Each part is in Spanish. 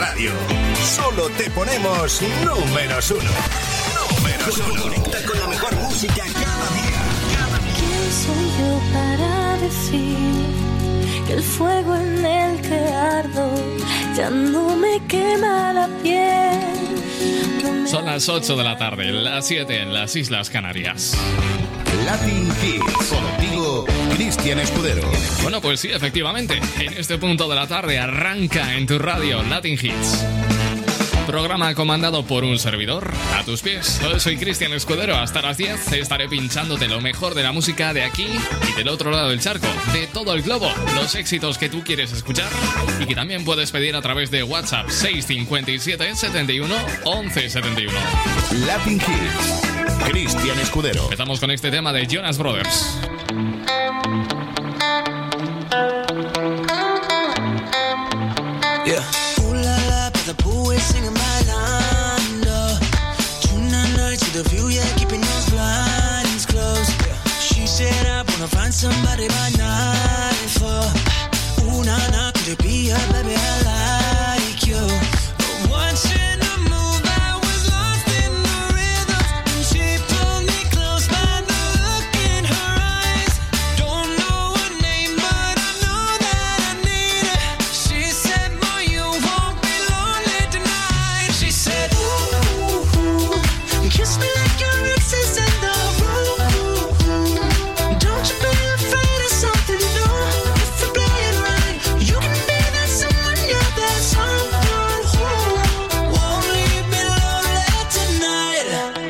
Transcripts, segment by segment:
radio. Solo te ponemos números uno. Números uno. Conecta con la mejor música cada día. ¿Quién soy yo para decir que el fuego en el que ardo ya no me quema la piel? Son las 8 de la tarde, las 7 en las Islas Canarias. Latin Hits, contigo, Cristian Escudero. Bueno, pues sí, efectivamente, en este punto de la tarde arranca en tu radio Latin Hits. Programa comandado por un servidor, a tus pies. Yo soy Cristian Escudero, hasta las 10 estaré pinchándote lo mejor de la música de aquí y del otro lado del charco, de todo el globo, los éxitos que tú quieres escuchar y que también puedes pedir a través de WhatsApp 657 71 11 71. Latin Hits, Cristian Escudero. Empezamos con este tema de Jonas Brothers. Yeah. Ooh la la, but the pool is singing my line. Tonight to the view, yeah, keeping those blinds closed. Yeah. She said I wanna find somebody by 9-4. Ooh na na, could it be her, baby? I like you. But once in a move, I was lost in the rhythm. And she pulled me close by the look in her eyes. Don't know her name, but I know that I need her. She said, boy, you won't be lonely tonight. She said, ooh, kiss me like your ex is in the room. Don't you be afraid of something new. If we play it right, you can be that someone, yeah, that someone who won't leave me lonely tonight.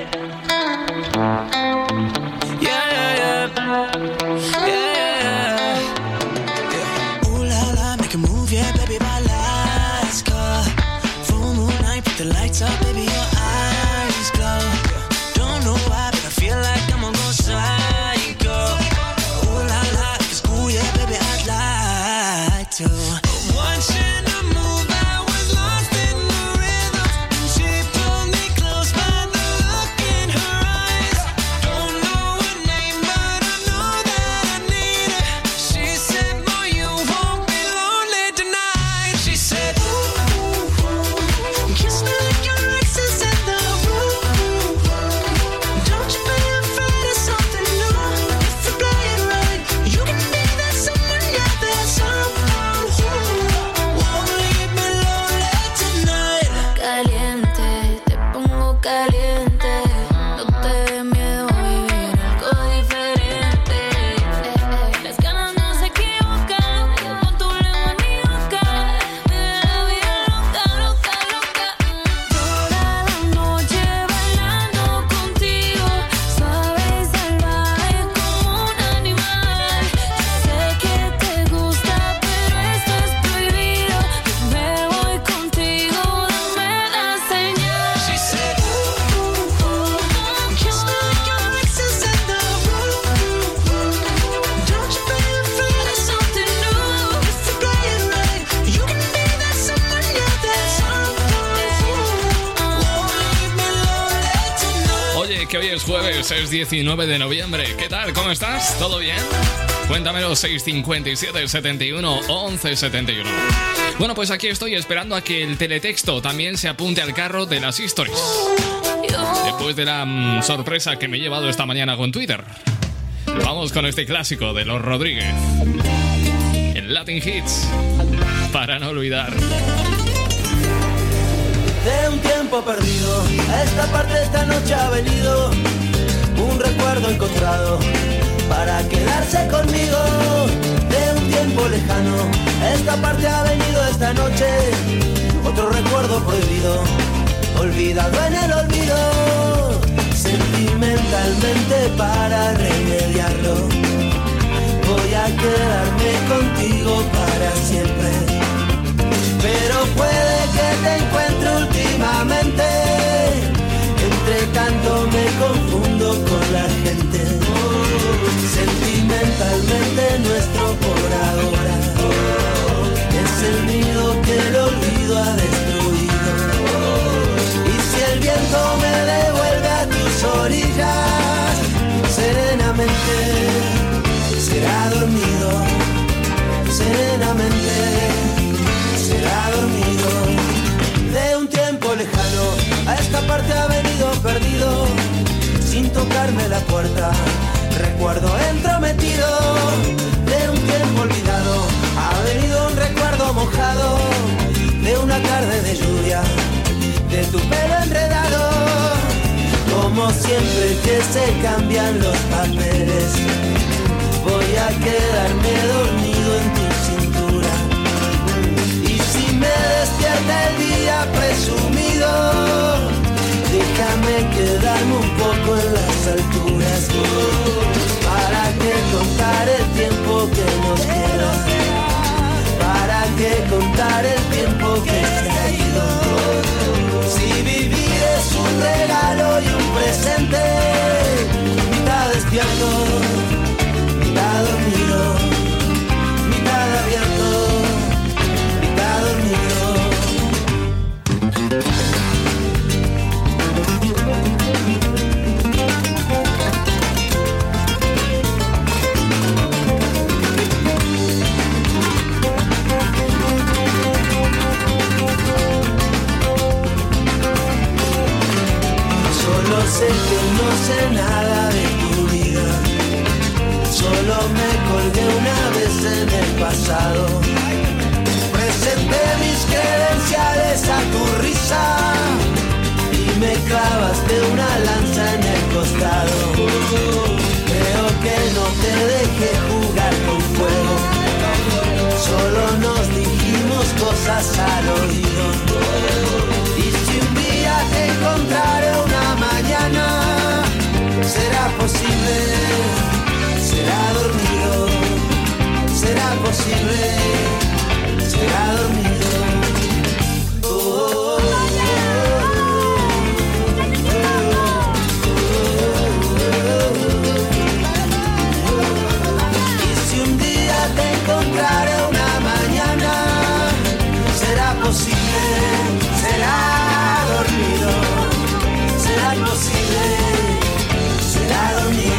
Yeah, yeah, yeah. Yeah, yeah. Ooh la la, make a move, yeah, baby, my last call. Full moonlight, put the lights up, baby, your eyes glow. Don't know why, but I feel like I'm gonna go psycho. Ooh la la, if it's cool, yeah, baby, I'd like to. Once in a move, I was lost in the rhythm. And she pulled me close by the look in her eyes. Don't know her name, but I know that I need her. She said, boy, you won't be lonely tonight. She said, ooh, kiss me like your ex is in the room. Don't you be afraid of something new. If we play it right, you can be that someone, yeah, that someone who won't leave me lonely tonight. Caliente, te pongo caliente. No te dé miedo vivir algo diferente. Las ganas no se equivocan. Con tu lengua en mi boca. Vive la vida loca, loca, loca. Toda la noche bailando contigo. Suave y salvaje como un animal. Sé que te gusta, pero esto es prohibido. Me voy contigo, dame la señal. She said, ooh, kiss me like your ex is in the room. Don't you be afraid of something new. If we play it right, you can be that someone, yeah, that someone who won't leave me lonely tonight. Oye, que hoy es jueves, es 19 de noviembre. ¿Qué tal? ¿Cómo estás? ¿Todo bien? Cuéntamelo, 657 71 11 71. Bueno, pues aquí estoy esperando a que el teletexto también se apunte al carro de las stories. Después de la sorpresa que me he llevado esta mañana con Twitter. Vamos con este clásico de Los Rodríguez. El Latin Hits, para no olvidar. De un tiempo perdido, a esta parte esta noche ha venido un recuerdo encontrado para quedarse conmigo. De un tiempo lejano, a esta parte ha venido esta noche otro recuerdo prohibido, olvidado en el olvido. Sentimentalmente para remediarlo, voy a quedarme contigo para siempre. Pero puede que te encuentre últimamente, entre tanto me confundo con la gente. Sentimentalmente nuestro por ahora es el nido que el olvido ha destruido. Y si el viento me devuelve a tus orillas serenamente, siempre que se cambian los papeles, voy a quedarme dormido en tu cintura. Y si me despierta el día presumido, déjame quedarme un poco en las alturas. ¿Para qué contar el tiempo que nos queda? ¿Para qué contar el tiempo que se ha ido? Si vivir es un regalo y un presente, mitad despierto, mitad dormido, mitad abierto, mitad dormido. Solo sé que no sé nada de tu vida, solo me colgué una vez en el pasado. Presenté mis credenciales a tu risa y me clavaste una lanza en el costado. Creo que no te dejé jugar con fuego, solo nos dijimos cosas al oído. Y si un día te encontraré una mañana, será posible, será dormido, será posible, será dormido. Y si un día te encontraré una mañana, será posible, será dormido, será imposible, será dormido.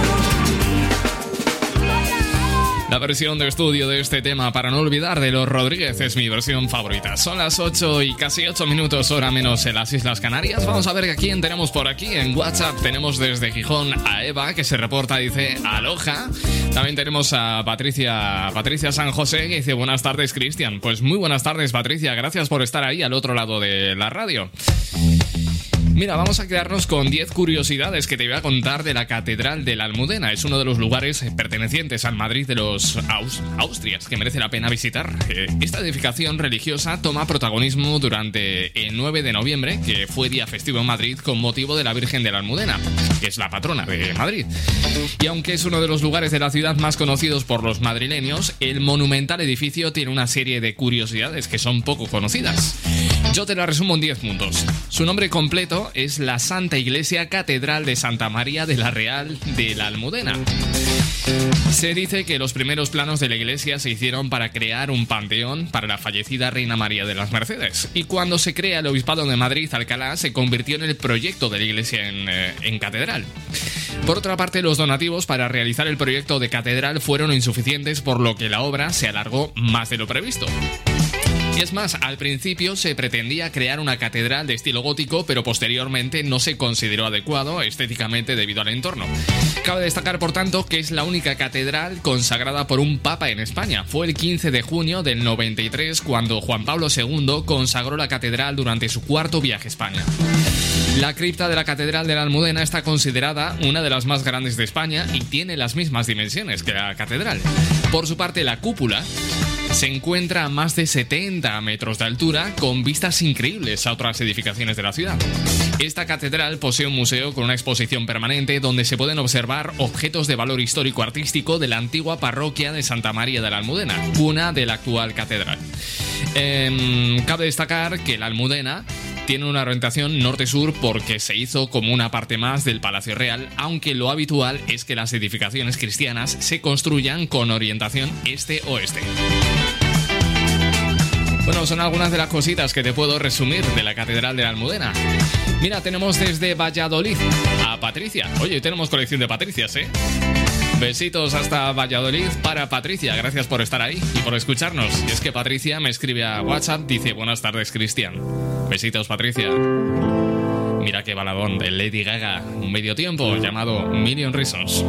La versión de estudio de este tema, Para no olvidar, de Los Rodríguez, es mi versión favorita. Son las 8 y casi 8 minutos, hora menos en las Islas Canarias. Vamos a ver a quién tenemos por aquí. En WhatsApp tenemos desde Gijón a Eva, que se reporta, dice aloja. También tenemos a Patricia San José, que dice buenas tardes, Cristian. Pues muy buenas tardes, Patricia. Gracias por estar ahí al otro lado de la radio. Mira, vamos a quedarnos con 10 curiosidades que te voy a contar de la Catedral de la Almudena. Es uno de los lugares pertenecientes al Madrid de los Austrias que merece la pena visitar. Esta edificación religiosa toma protagonismo durante el 9 de noviembre, que fue día festivo en Madrid con motivo de la Virgen de la Almudena, que es la patrona de Madrid. Y aunque es uno de los lugares de la ciudad más conocidos por los madrileños, el monumental edificio tiene una serie de curiosidades que son poco conocidas. Yo te la resumo en 10 puntos. Su nombre completo es la Santa Iglesia Catedral de Santa María de la Real de la Almudena. Se dice que los primeros planos de la iglesia se hicieron para crear un panteón para la fallecida Reina María de las Mercedes. Y cuando se crea el Obispado de Madrid, Alcalá se convirtió en el proyecto de la iglesia en catedral. Por otra parte, los donativos para realizar el proyecto de catedral fueron insuficientes, por lo que la obra se alargó más de lo previsto. Y es más, al principio se pretendía crear una catedral de estilo gótico, pero posteriormente no se consideró adecuado estéticamente debido al entorno. Cabe destacar, por tanto, que es la única catedral consagrada por un papa en España. Fue el 15 de junio del 93 cuando Juan Pablo II consagró la catedral durante su cuarto viaje a España. La cripta de la Catedral de la Almudena está considerada una de las más grandes de España y tiene las mismas dimensiones que la catedral. Por su parte, la cúpula se encuentra a más de 70 metros de altura, con vistas increíbles a otras edificaciones de la ciudad. Esta catedral posee un museo con una exposición permanente donde se pueden observar objetos de valor histórico-artístico de la antigua parroquia de Santa María de la Almudena, cuna de la actual catedral. Cabe destacar que la Almudena tiene una orientación norte-sur porque se hizo como una parte más del Palacio Real, aunque lo habitual es que las edificaciones cristianas se construyan con orientación este-oeste. Bueno, son algunas de las cositas que te puedo resumir de la Catedral de la Almudena. Mira, tenemos desde Valladolid a Patricia. Oye, tenemos colección de Patricias, ¿eh? Besitos hasta Valladolid para Patricia. Gracias por estar ahí y por escucharnos. Y es que Patricia me escribe a WhatsApp, dice buenas tardes, Cristian. Besitos, Patricia. Mira qué baladón de Lady Gaga, un medio tiempo llamado Million Reasons.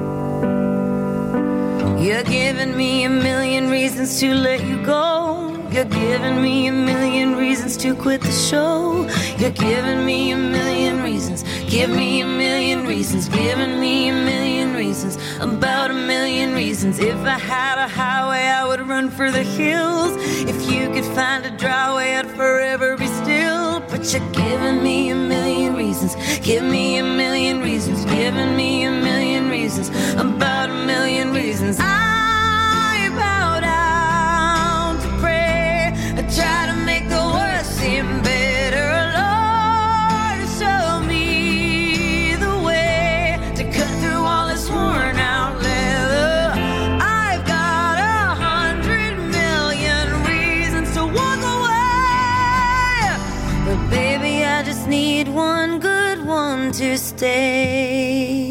You're giving me a million reasons to let you go. You're giving me a million reasons to quit the show. You're giving me a million reasons. Give me a million reasons. Giving me a million reasons. About a million reasons. If I had a highway, I would run for the hills. If you could find a dry way, I'd forever be still. But you're giving me a million reasons. Give me a million reasons. Giving me a million reasons. About a million reasons. I bow down to pray. I try to make the worst seem better. Lord, show me the way to cut through all this worn out leather. I've got 100 million reasons to walk away, but baby, I just need one good one to stay.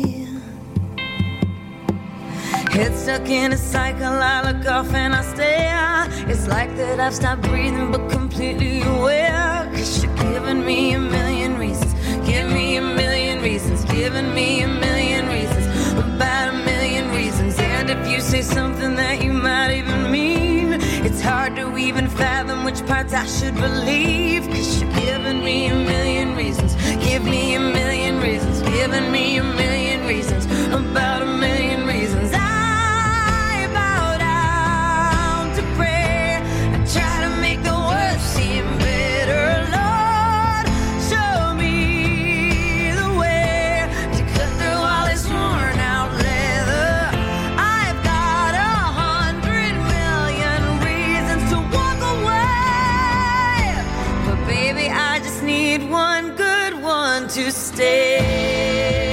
Head stuck in a cycle, I look off and I stare. It's like that I've stopped breathing but completely aware. Cause you're giving me a million reasons. Give me a million reasons. Giving me a million reasons. About a million reasons. And if you say something that you might even mean, it's hard to even fathom which parts I should believe. Cause you're giving me a million reasons. Give me a million reasons. Giving me a million reasons. About a million reasons. I bow down to pray. I try to make the worst seem better. Lord, show me the way to cut through all this worn out leather. I've got 100 million reasons to walk away, but baby, I just need one good one to stay.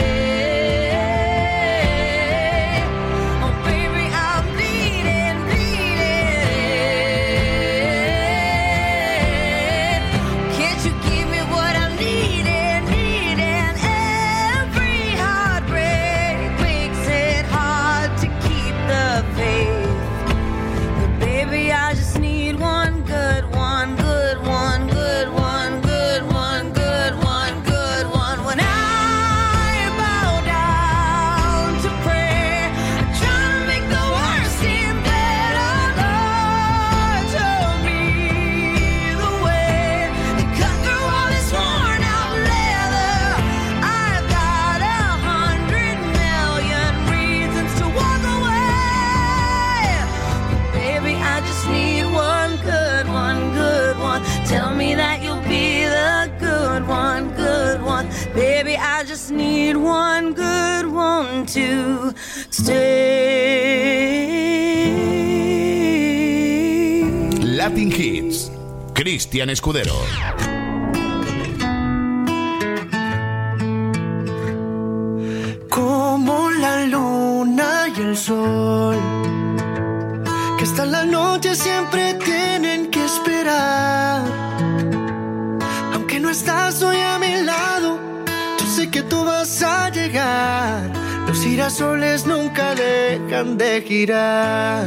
Baby, I just need one good one to stay. Latin Hits, Cristian Escudero. Como la luna y el sol, que hasta la noche siempre tienen que esperar. Aunque no estás hoy a mi lado, sé que tú vas a llegar. Los girasoles nunca dejan de girar.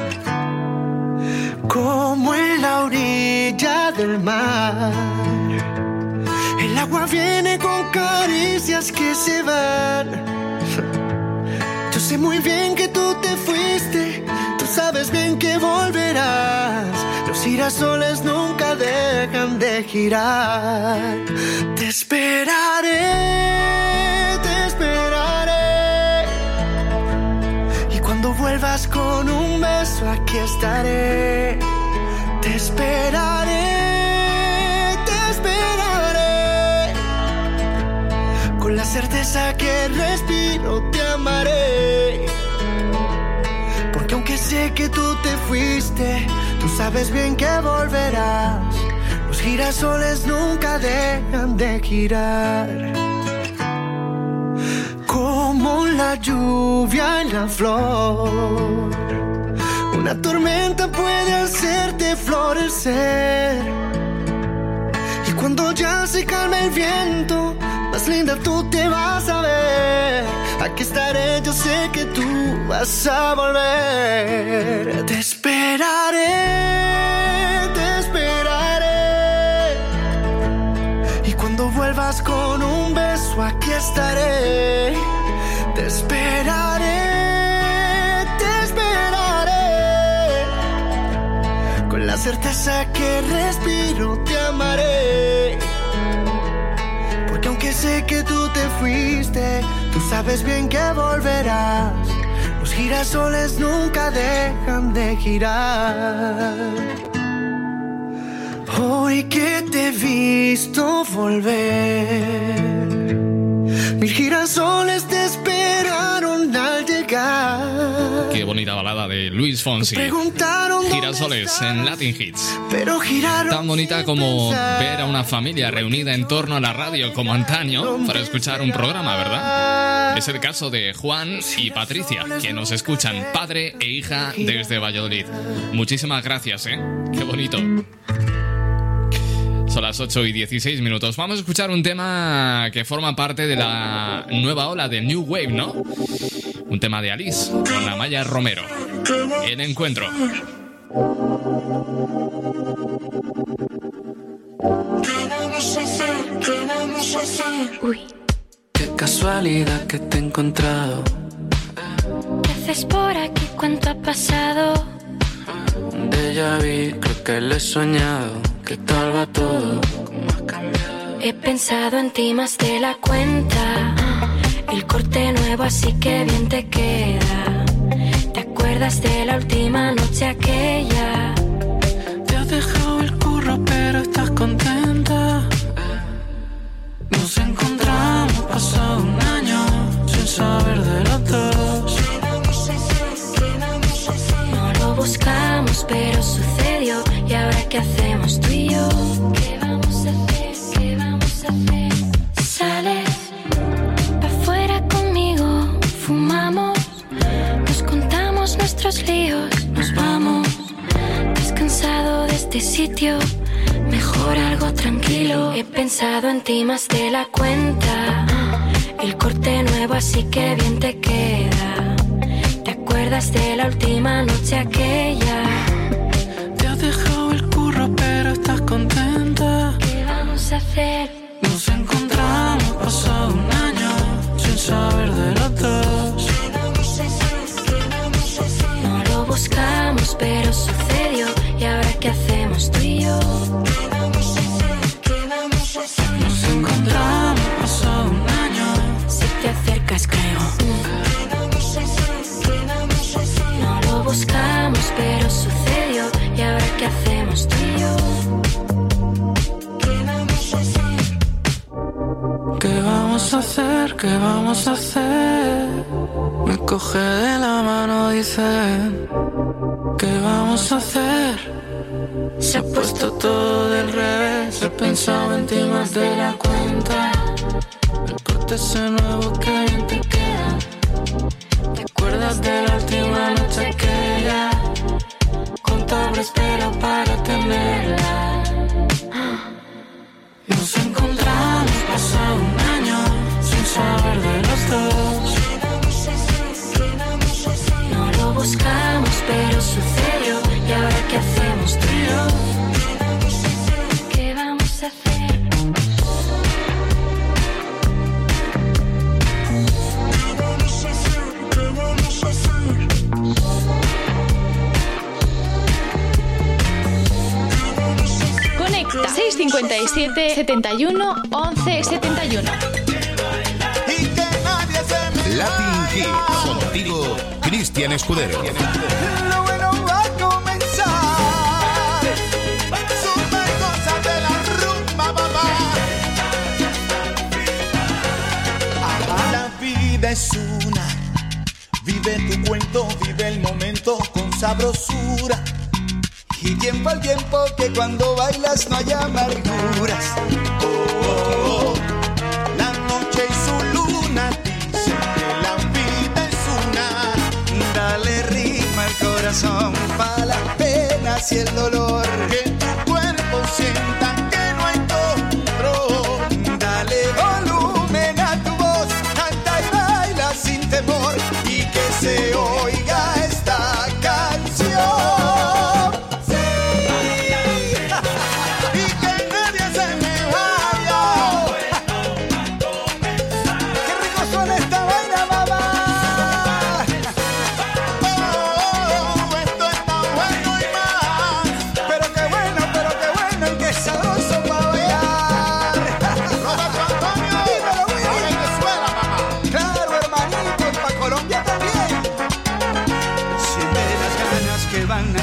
Como en la orilla del mar, el agua viene con caricias que se van. Yo sé muy bien que tú te fuiste, tú sabes bien que volverás. Los girasoles nunca dejan de girar. Te esperaré, te esperaré. Y cuando vuelvas con un beso, aquí estaré. Te esperaré, te esperaré. Con la certeza que respiro, te amaré. Porque aunque sé que tú te fuiste, tú sabes bien que volverás. Los girasoles nunca dejan de girar. Como la lluvia en la flor, una tormenta puede hacerte florecer. Y cuando ya se calme el viento, más linda tú te vas a ver. Aquí estaré, yo sé que tú vas a volver. Te esperaré, te esperaré. Y cuando vuelvas con un beso, aquí estaré. Te esperaré, te esperaré. Con la certeza que respiro te amaré. Porque aunque sé que tú te fuiste, tú sabes bien que volverás. Los girasoles nunca dejan de girar. Hoy que te he visto volver, mil girasoles te esperaron al llegar. Qué bonita balada de Luis Fonsi. Girasoles en Latin Hits. Pero giraron. Tan bonita como ver a una familia reunida en torno a la radio como antaño para escuchar un programa, ¿verdad? Es el caso de Juan y Patricia, que nos escuchan, padre e hija desde Valladolid. Muchísimas gracias, ¿eh? Qué bonito. Son las 8:16. Vamos a escuchar un tema que forma parte de la nueva ola del New Wave, ¿no? Un tema de Alice con Amaya Romero. El encuentro. ¿Qué vamos a hacer? ¿Qué vamos a hacer? Uy. Qué casualidad que te he encontrado. ¿Qué haces por aquí? ¿Cuánto ha pasado? Un déjà vu, creo que lo he soñado. ¿Qué tal va todo? ¿Cómo has cambiado? He pensado en ti más de la cuenta. El corte nuevo así que bien te queda. ¿Te acuerdas de la última noche aquella? Te has dejado el curro pero estás contenta. Nos encontramos pasado un año sin saber de los dos. ¿Qué vamos a hacer? ¿Qué vamos a hacer? No lo buscamos pero sucedió. ¿Y ahora qué hacemos tú y yo? ¿Qué vamos a hacer? ¿Qué vamos a hacer? Sales pa' afuera conmigo, fumamos, nos contamos nuestros líos, nos vamos. Descansado de este sitio, mejor algo tranquilo. He pensado en ti más de la cuenta. El corte nuevo así que bien te queda. ¿Te acuerdas de la última noche aquella? Te has dejado el curro pero estás contenta. ¿Qué vamos a hacer? Nos encontramos pasado un año sin saber de los dos. ¿Qué vamos a hacer? ¿Qué vamos a hacer? No lo buscamos pero sucedió. ¿Y ahora qué hacemos tú y yo? ¿Qué vamos a hacer? ¿Qué vamos a hacer? Nos encontramos pasado un año. Si te acercas caigo. ¿Qué vamos a hacer? ¿Qué vamos a hacer? No lo buscamos pero sucedió. ¿Y ahora qué hacemos tú y yo? ¿Qué vamos a hacer? ¿Qué vamos a hacer? ¿Qué vamos a hacer? Me coge de la mano, dice. ¿Qué vamos a hacer? Se ha puesto todo del revés. He pensado en ti más de la cuenta. El corte ese nuevo que bien te queda. ¿Te acuerdas de la última noche aquella? Contable espera para tenerla. Nos encontramos pasado un año sin saber de los dos. ¿Qué vamos a hacer? ¿Qué vamos a hacer? No lo buscamos pero sucedió. ¿Y ahora qué hacemos tú y yo? ¿Qué vamos a hacer? ¿Qué vamos a hacer? ¿Qué vamos a hacer? ¿Qué vamos a hacer? Conecta 657 71 11 71. Latin Hits, contigo, Cristian Escudero. Lo bueno va a comenzar. Suma cosas de la rumba, papá. La vida es una. Vive tu cuento, vive el momento con sabrosura. Y tiempo al tiempo que cuando bailas no hay amarguras. Oh, oh, oh. La noche y su luna dicen que la vida es una. Dale ritmo al corazón pa' las penas y el dolor. Que tu cuerpo sienta que no hay control. Dale volumen a tu voz, canta y baila sin temor. Y que se oiga esta canción. Pero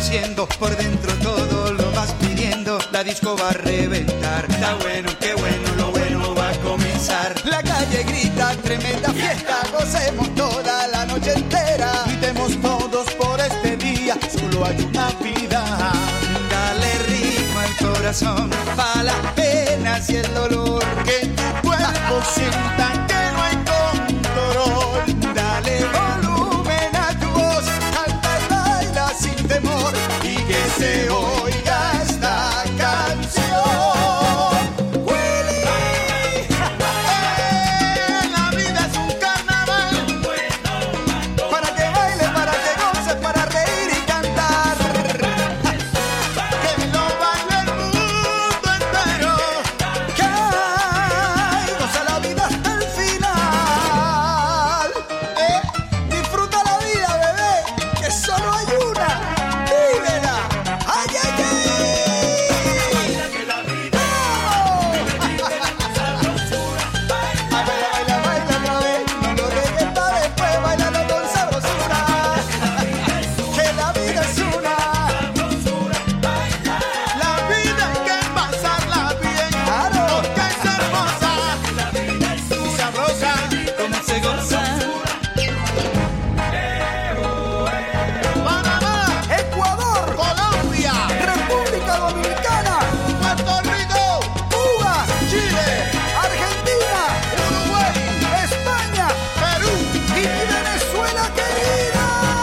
cosiendo, por dentro todo lo vas pidiendo, la disco va a reventar. Está bueno, qué bueno, lo bueno va a comenzar. La calle grita, tremenda fiesta, gocemos toda la noche entera. Gritemos todos por este día, solo hay una vida. Dale ritmo al corazón, pa' las penas y el dolor, que tu cuerpo sienta que no hay control. Dale volumen a tu voz, canta y baila sin temor, y que se oiga esta canción. Willy, la vida es un carnaval, para que baile, para que goce, para reír y cantar. Que lo baile el mundo entero, que goza la vida hasta el final. Disfruta la vida, bebé, que solo hay una. Vívela. ¡Ay, ay, ay! Baila, baila otra vez, no lo dejes para después, bailalo con sabrosura. Que la vida es una. La vida hay que pasarla bien, porque es hermosa y sabrosa como se goza. Panamá, Ecuador, Colombia, República Dominicana, Puerto Rico, Cuba, Chile, Argentina, Uruguay, España, Perú y Venezuela querida.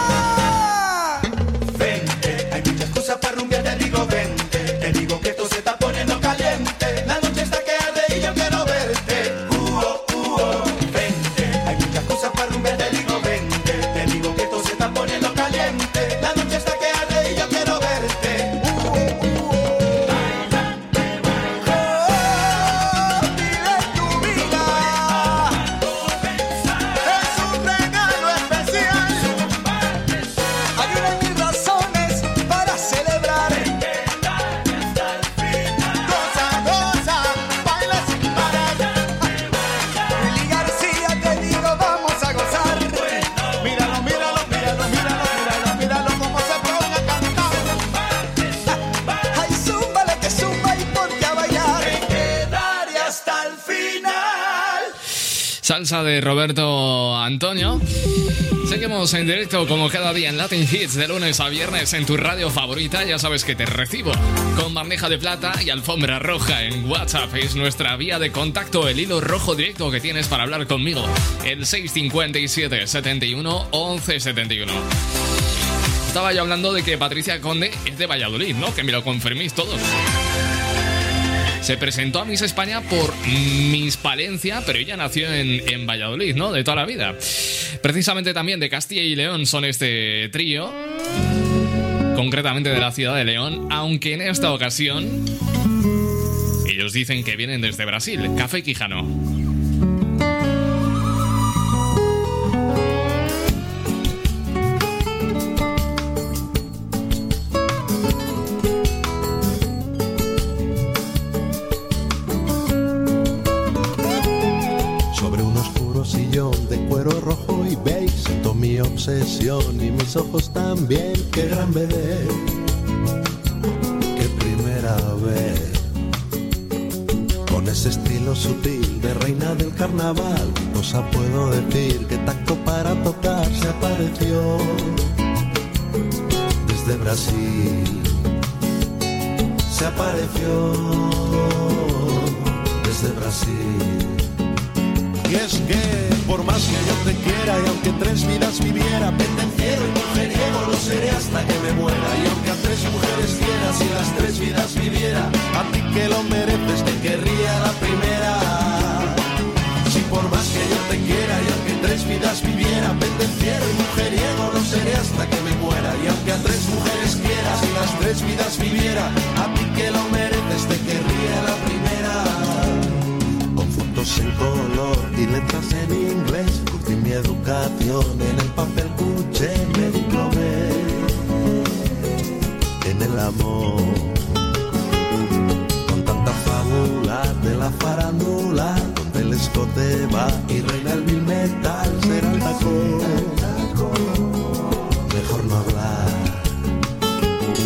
Vente, hay muchas cosas para rumbear, te digo que esto se está poniendo caliente. La noche está que arde y yo quiero verte. Vente, hay muchas cosas para rumbear, te digo que esto se está poniendo caliente. La noche está que arde y yo quiero verte. Vive tu vida, es un regalo especial. Hay una y mil razones para celebrar. Goza, goza, baila sin parar. Willy García, te digo, vamos a gozar. Míralo, míralo, míralo, míralo, míralo, míralo cómo se pone a cantar. Ay, zúmbale que zumba y ponte a bailar. Te quedaré hasta el final. Salsa de Roberto Antonio. Seguimos en directo como cada día en Latin Hits de lunes a viernes en tu radio favorita. Ya sabes que te recibo con bandeja de plata y alfombra roja en WhatsApp. Es nuestra vía de contacto, el hilo rojo directo que tienes para hablar conmigo. El 657 71 11 71. Estaba yo hablando de que Patricia Conde es de Valladolid, ¿no? Que me lo confirméis todos. Se presentó a Miss España por Miss Palencia, pero ella nació en Valladolid, ¿no? De toda la vida. Precisamente también de Castilla y León son este trío, concretamente de la ciudad de León, aunque en esta ocasión ellos dicen que vienen desde Brasil, Café Quijano. Sobre un oscuro sillón de cuero rojo y beige siento mi obsesión y mis ojos también. Qué gran bebé, qué primera vez. Con ese estilo sutil de reina del carnaval, ¿qué cosa puedo decir? Qué tacto para tocar. Se apareció desde Brasil. Se apareció desde Brasil. Y es que por más que yo te quiera y aunque 3 vidas viviera, pendenciero y mujeriego lo seré hasta que me muera. Y aunque a 3 mujeres quieras y las 3 vidas viviera, a ti que lo mereces te querría la primera. Si por más que yo te quiera y aunque 3 vidas viviera, pendenciero y mujeriego lo seré hasta que me muera. Y aunque a 3 mujeres quieras y las 3 vidas viviera, a ti que lo mereces te querría la primera. En color y letras en inglés, curtí mi educación en el papel cuché, me diplomé en el amor. Con tanta fábula de la farándula, donde el escote va y reina el mil metal, será el tacón, mejor no hablar.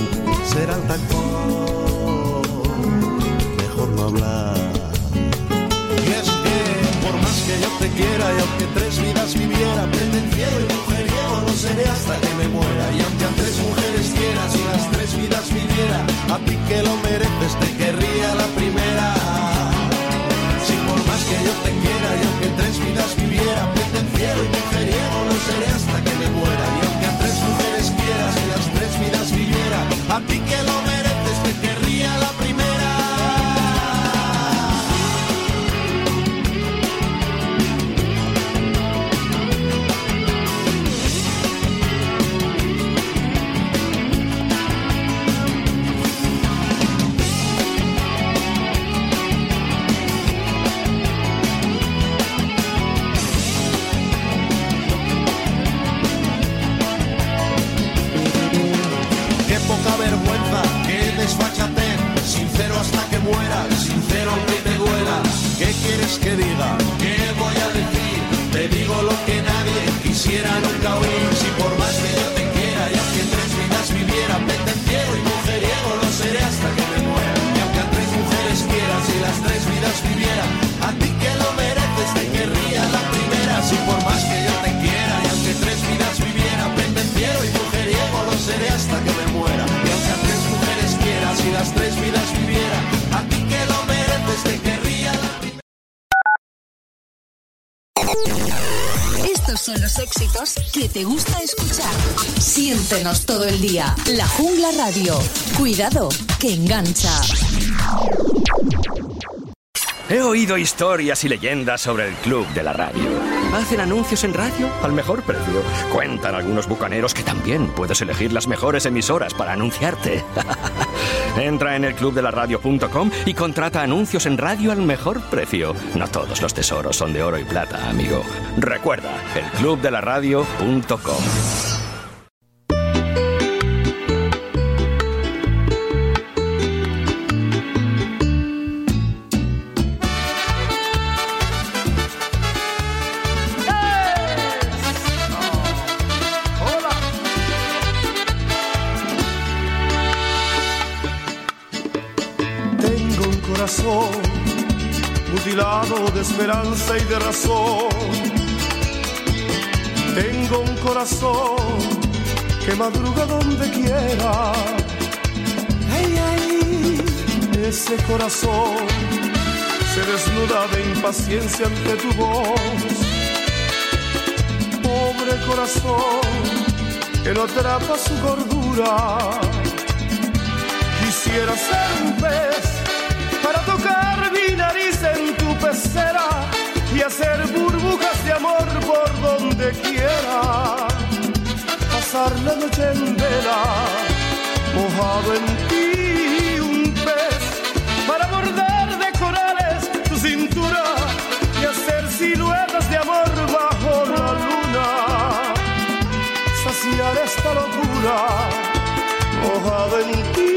falta alcohol, mejor no hablar. Y es que por más que yo te quiera y aunque 3 vidas viviera, pendenciero y mujeriego no seré hasta que me muera. Y aunque a 3 mujeres quieras y las 3 vidas viviera, a ti que lo mereces te querría la primera. Si por más que yo te quiera y aunque 3 vidas viviera, pendenciero y mujeriego no seré hasta que me muera. Y aunque a 3 mujeres quieras y las 3 vidas viviera, a ti que lo mereces te querría la primera. Poca vergüenza, qué desfachatez, sincero hasta que muera, sincero aunque te duela. ¿Qué quieres que diga? ¿Qué voy a decir? Te digo lo que nadie quisiera nunca oír. Si por más que yo te quiera y aunque 3 vidas viviera, pendenciero y mujeriego lo seré hasta que me muera. Y aunque a 3 mujeres quieras y las 3 vidas viviera, a ti que lo mereces te querría la primera. Si por más que yo te quiera y aunque 3 vidas viviera, pendenciero y mujeriego lo seré hasta que me muera. Y aunque a 3 mujeres quieras y las 3 vidas viviera, a ti que lo mereces te querría la primera. Estos son los éxitos que te gusta escuchar. Siéntenos todo el día. La Jungla Radio. Cuidado, que engancha. He oído historias y leyendas sobre el Club de la Radio. Hacen anuncios en radio al mejor precio. Cuentan algunos bucaneros que también puedes elegir las mejores emisoras para anunciarte. Entra en elclubdelaradio.com y contrata anuncios en radio al mejor precio. No todos los tesoros son de oro y plata, amigo. Recuerda, elclubdelaradio.com. Mutilado de esperanza y de razón. Tengo un corazón que madruga donde quiera. Ay, ay, ese corazón se desnuda de impaciencia ante tu voz. Pobre corazón que no atrapa su gordura. Quisiera ser un pez para tocar mi nariz en tu pecera y hacer burbujas de amor por donde quiera. Pasar la noche en vela, mojado en ti, un pez para bordar de corales tu cintura y hacer siluetas de amor bajo la luna. Saciar esta locura, mojado en ti.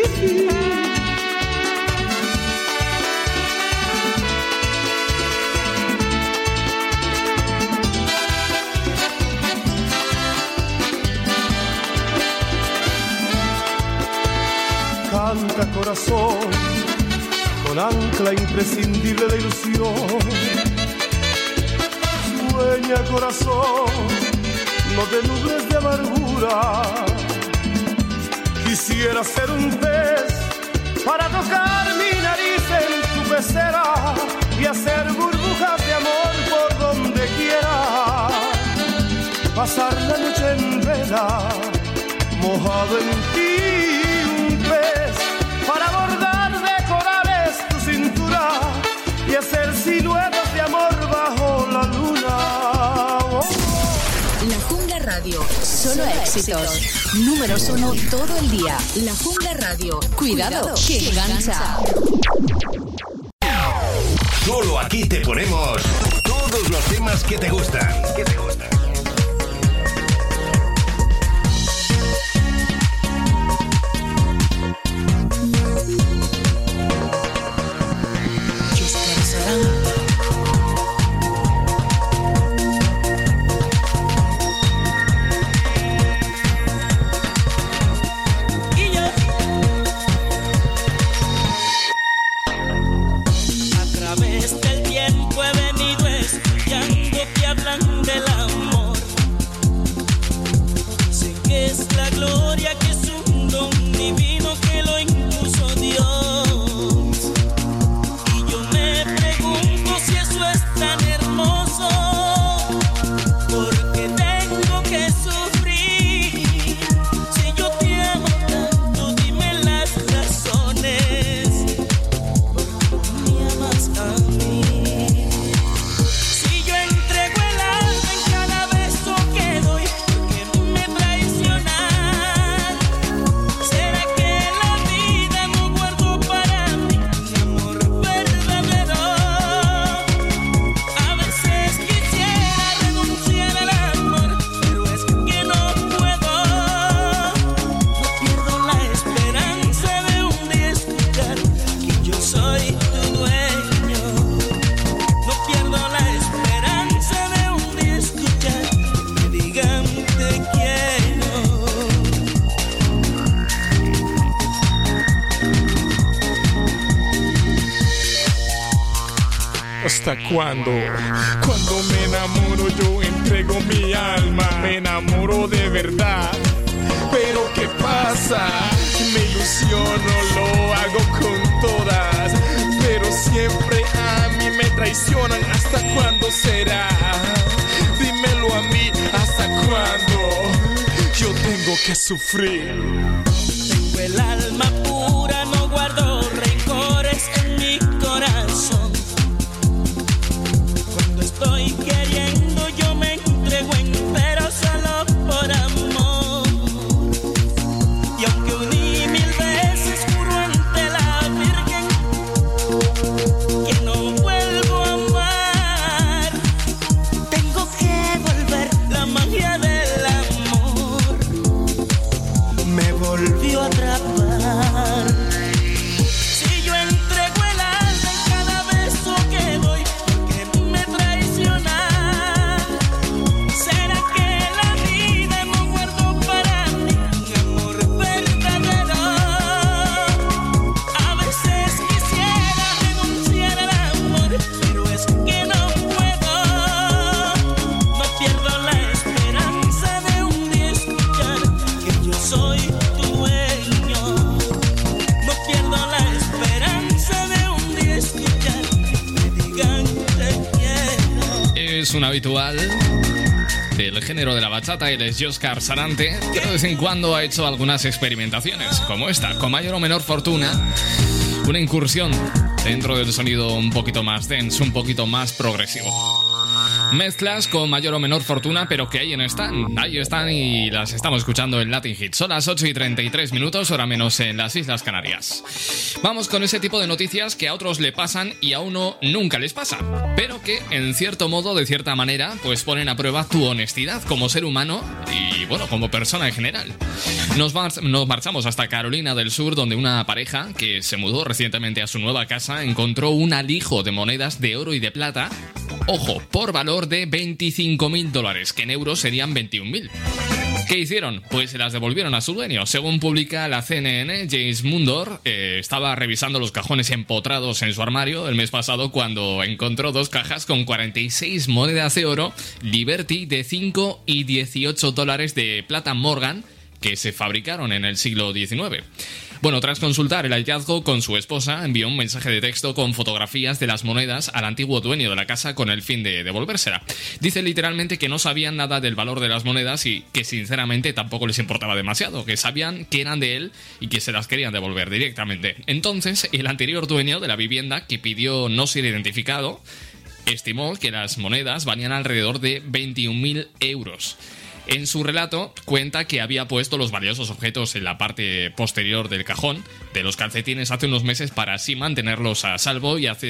Canta corazón, con ancla imprescindible de ilusión. Sueña corazón, no te nubles de amargura. Quisiera ser un pez para tocar mi nariz en tu pecera y hacer burbujas de amor por donde quiera. Pasar la noche en vela, mojado en ti. Para bordar de corales tu cintura y hacer siluetas de amor bajo la luna. La Jungla Radio, solo éxitos. Números 1 todo el día. La Jungla Radio, cuidado, que engancha. Solo aquí te ponemos todos los temas que te gustan. ¿Hasta cuándo? Cuando me enamoro yo entrego mi alma, me enamoro de verdad. Pero ¿qué pasa? Me ilusiono, lo hago con todas, pero siempre a mí me traicionan. ¿Hasta cuándo será? Dímelo a mí, ¿hasta cuándo yo tengo que sufrir? Tengo el alma pura, no guardo rencores en mi corazón. Cuando estoy queriendo yo me entrego entero solo por amor. Y aunque uní 1000 veces juro ante la Virgen que no vuelvo a amar, tengo que volver, la magia del amor me volvió a atrapar. Si yo entrego el alma en cada beso que doy, que me traiciona, ¿será que la vida no guardó para mí un amor verdadero? A veces quisiera renunciar al amor, pero es que no puedo. No pierdo la esperanza de un día escuchar que yo soy tu dueño. No pierdo la esperanza de un día escuchar que me digan te quiero. Es un habitual del género de la bachata, él es Oscar Sarante, que de vez en cuando ha hecho algunas experimentaciones, como esta, con mayor o menor fortuna, una incursión dentro del sonido un poquito más dense, un poquito más progresivo. Mezclas con mayor o menor fortuna, pero que ahí están y las estamos escuchando en Latin Hits. Son las 8:33, hora menos en las Islas Canarias. Vamos con ese tipo de noticias que a otros le pasan y a uno nunca les pasa, pero que en cierto modo, de cierta manera, pues ponen a prueba tu honestidad como ser humano y, bueno, como persona en general. Nos marchamos hasta Carolina del Sur, donde una pareja que se mudó recientemente a su nueva casa encontró un alijo de monedas de oro y de plata, ojo, por valor de $25.000, que en euros serían 21.000. ¿Qué hicieron? Pues se las devolvieron a su dueño. Según publica la CNN, James Mundor estaba revisando los cajones empotrados en su armario el mes pasado cuando encontró 2 cajas con 46 monedas de oro Liberty de $5 y $18 de plata Morgan que se fabricaron en el siglo XIX. Bueno, tras consultar el hallazgo con su esposa, envió un mensaje de texto con fotografías de las monedas al antiguo dueño de la casa con el fin de devolvérsela. Dice literalmente que no sabían nada del valor de las monedas y que sinceramente tampoco les importaba demasiado, que sabían que eran de él y que se las querían devolver directamente. Entonces, el anterior dueño de la vivienda, que pidió no ser identificado, estimó que las monedas valían alrededor de 21.000 euros. En su relato cuenta que había puesto los valiosos objetos en la parte posterior del cajón de los calcetines hace unos meses para así mantenerlos a salvo y al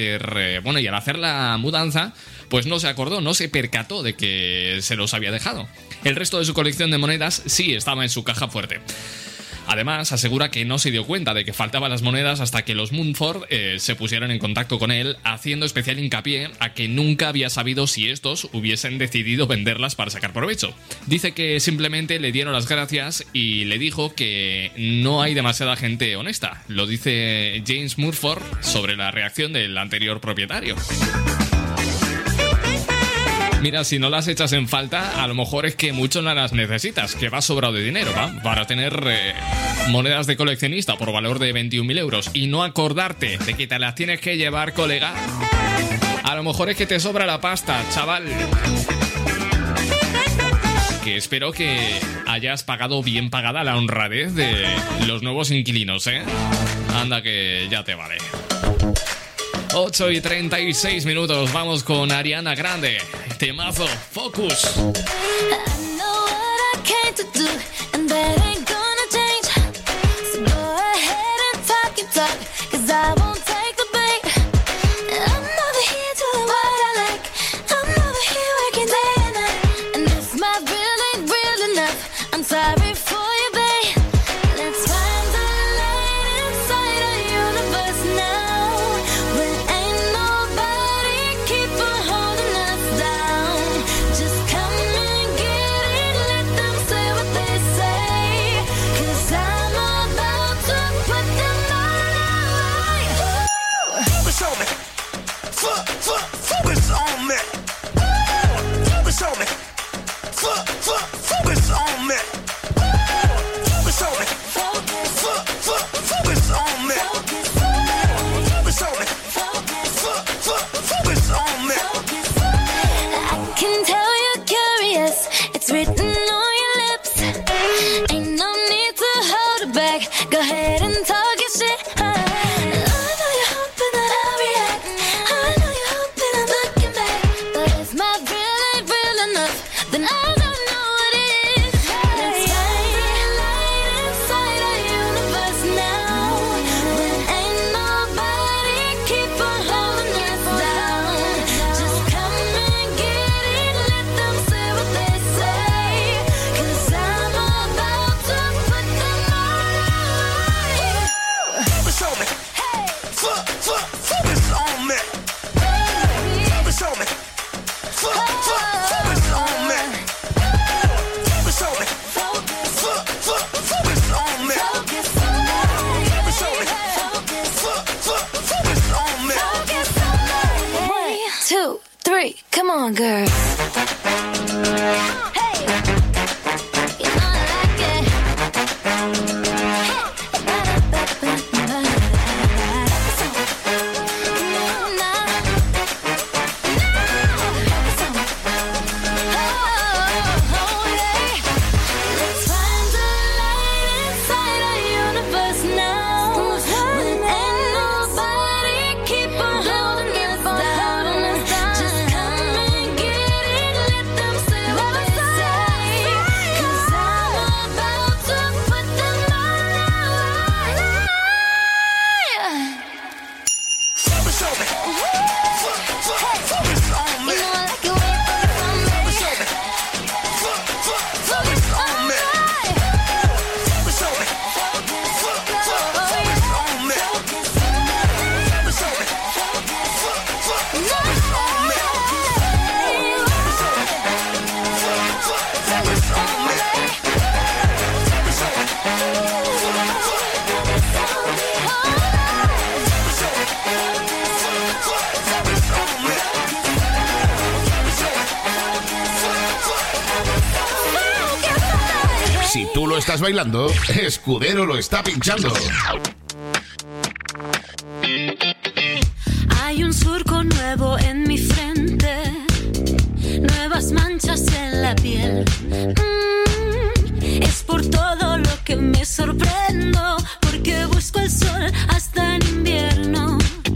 hacer la mudanza, pues no se acordó, no se percató de que se los había dejado. El resto de su colección de monedas sí estaba en su caja fuerte. Además, asegura que no se dio cuenta de que faltaban las monedas hasta que los Mumford se pusieron en contacto con él, haciendo especial hincapié a que nunca había sabido si estos hubiesen decidido venderlas para sacar provecho. Dice que simplemente le dieron las gracias y le dijo que no hay demasiada gente honesta. Lo dice James Mumford sobre la reacción del anterior propietario. Mira, si no las echas en falta, a lo mejor es que mucho no las necesitas, que vas sobrado de dinero, ¿va? Para tener monedas de coleccionista por valor de 21.000 euros y no acordarte de que te las tienes que llevar, colega. A lo mejor es que te sobra la pasta, chaval. Que espero que hayas pagado bien pagada la honradez de los nuevos inquilinos, ¿eh? Anda que ya te vale. 8:36, vamos con Ariana Grande. Temazo, Focus. Just come and get it, let them say what they say. Focus on me. Focus on me. Focus on me. Focus on me. Focus on me. I can tell you're curious. It's written on your lips. Ain't no need to hold it back. Go ahead and talk your shit. I know you're hoping that I'll react. I know you're hoping I'm looking back. But if my real ain't real enough, then I don't know what is. Let's find the light inside our universe now. When ain't nobody keep on holding us down. Just come and get it, let them say what they say. 'Cause I'm about to put them all away. Focus on me. Focus on me. Focus on me. Focus on me. Focus on me. Focus on me. Focus on me. Focus on me. 1, 2, 3, come on, girl. Hey, you know I like it. Let's find the light inside our universe now. When ain't nobody keep on holding us down. Just come and get it, let them say what they say. 'Cause I'm about to put them all away. Focus on me. Focus on me. You know I like it when you focus on me. Focus on me. Focus on me. Focus on me. Focus on me. Focus on me. Focus on me. Si tú lo estás bailando, Escudero lo está pinchando. Hay un surco nuevo en mi frente, nuevas manchas en la piel. Es por todo lo que me sorprendo, porque busco el sol hasta en invierno.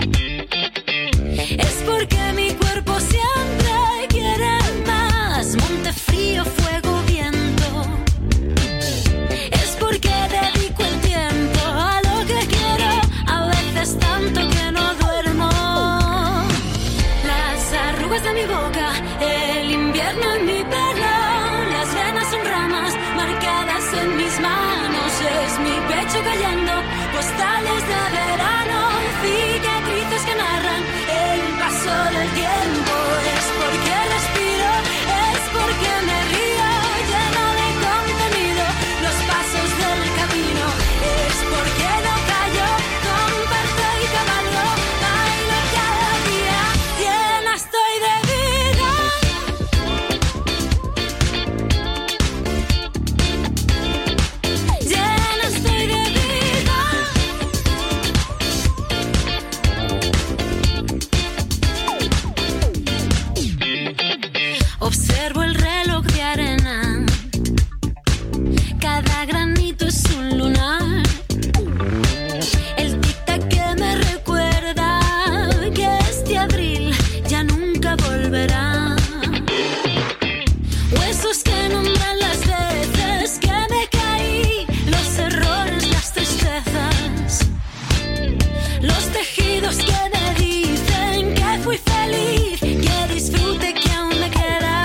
Es porque mi cuerpo siempre quiere más, monte frío, fuego, viento. Es porque dedico el tiempo a lo que quiero, a veces tanto que no duermo. Las arrugas de mi boca, el invierno en mi pelo, las venas son ramas marcadas en mis manos. Es mi pecho callando, postales de verano, cicatrices que narran el paso del tiempo. Es porque respiro, es porque me río, lleno de contenido, los pasos del camino. Es porque no callo, comparto y cabalgo, bailo cada día, llena estoy de vida. Llena estoy de vida. Observo el reloj de arena, cada granito es un lunar. El tic-tac que me recuerda que este abril ya nunca volverá. Huesos que nombran las veces que me caí, los errores, las tristezas, los tejidos que me dicen que fui feliz, que disfrute, que aún me queda.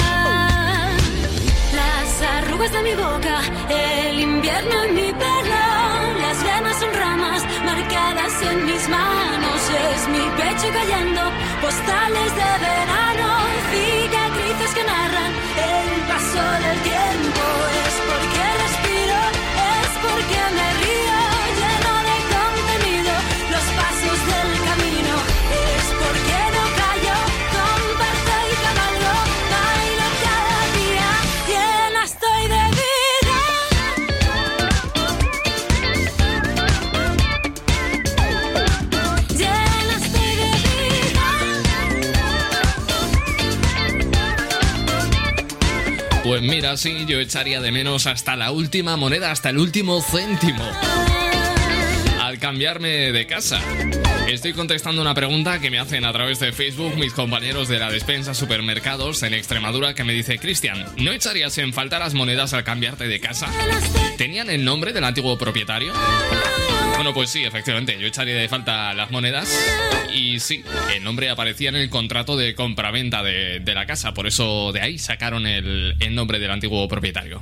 Las arrugas de mi boca, el invierno en mi pelo, las venas son ramas marcadas en mis manos. Es mi pecho callando, postales de verano, cicatrices que narran el paso del tiempo. Es porque respiro, es porque me río, lleno de contenido, los pasos del camino. Es porque no callo, comparto y cabalgo, bailo cada día, llena estoy. Pues mira, sí, yo echaría de menos hasta la última moneda, hasta el último céntimo al cambiarme de casa. Estoy contestando una pregunta que me hacen a través de Facebook mis compañeros de la despensa Supermercados en Extremadura, que me dice: Cristian, ¿no echarías en falta las monedas al cambiarte de casa? ¿Tenían el nombre del antiguo propietario? Bueno, pues sí, efectivamente, yo echaría de falta las monedas y sí, el nombre aparecía en el contrato de compraventa de la casa, por eso de ahí sacaron el nombre del antiguo propietario.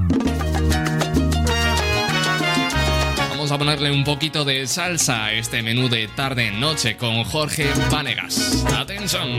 Vamos a ponerle un poquito de salsa a este menú de tarde-noche con Jorge Vanegas. ¡Atención!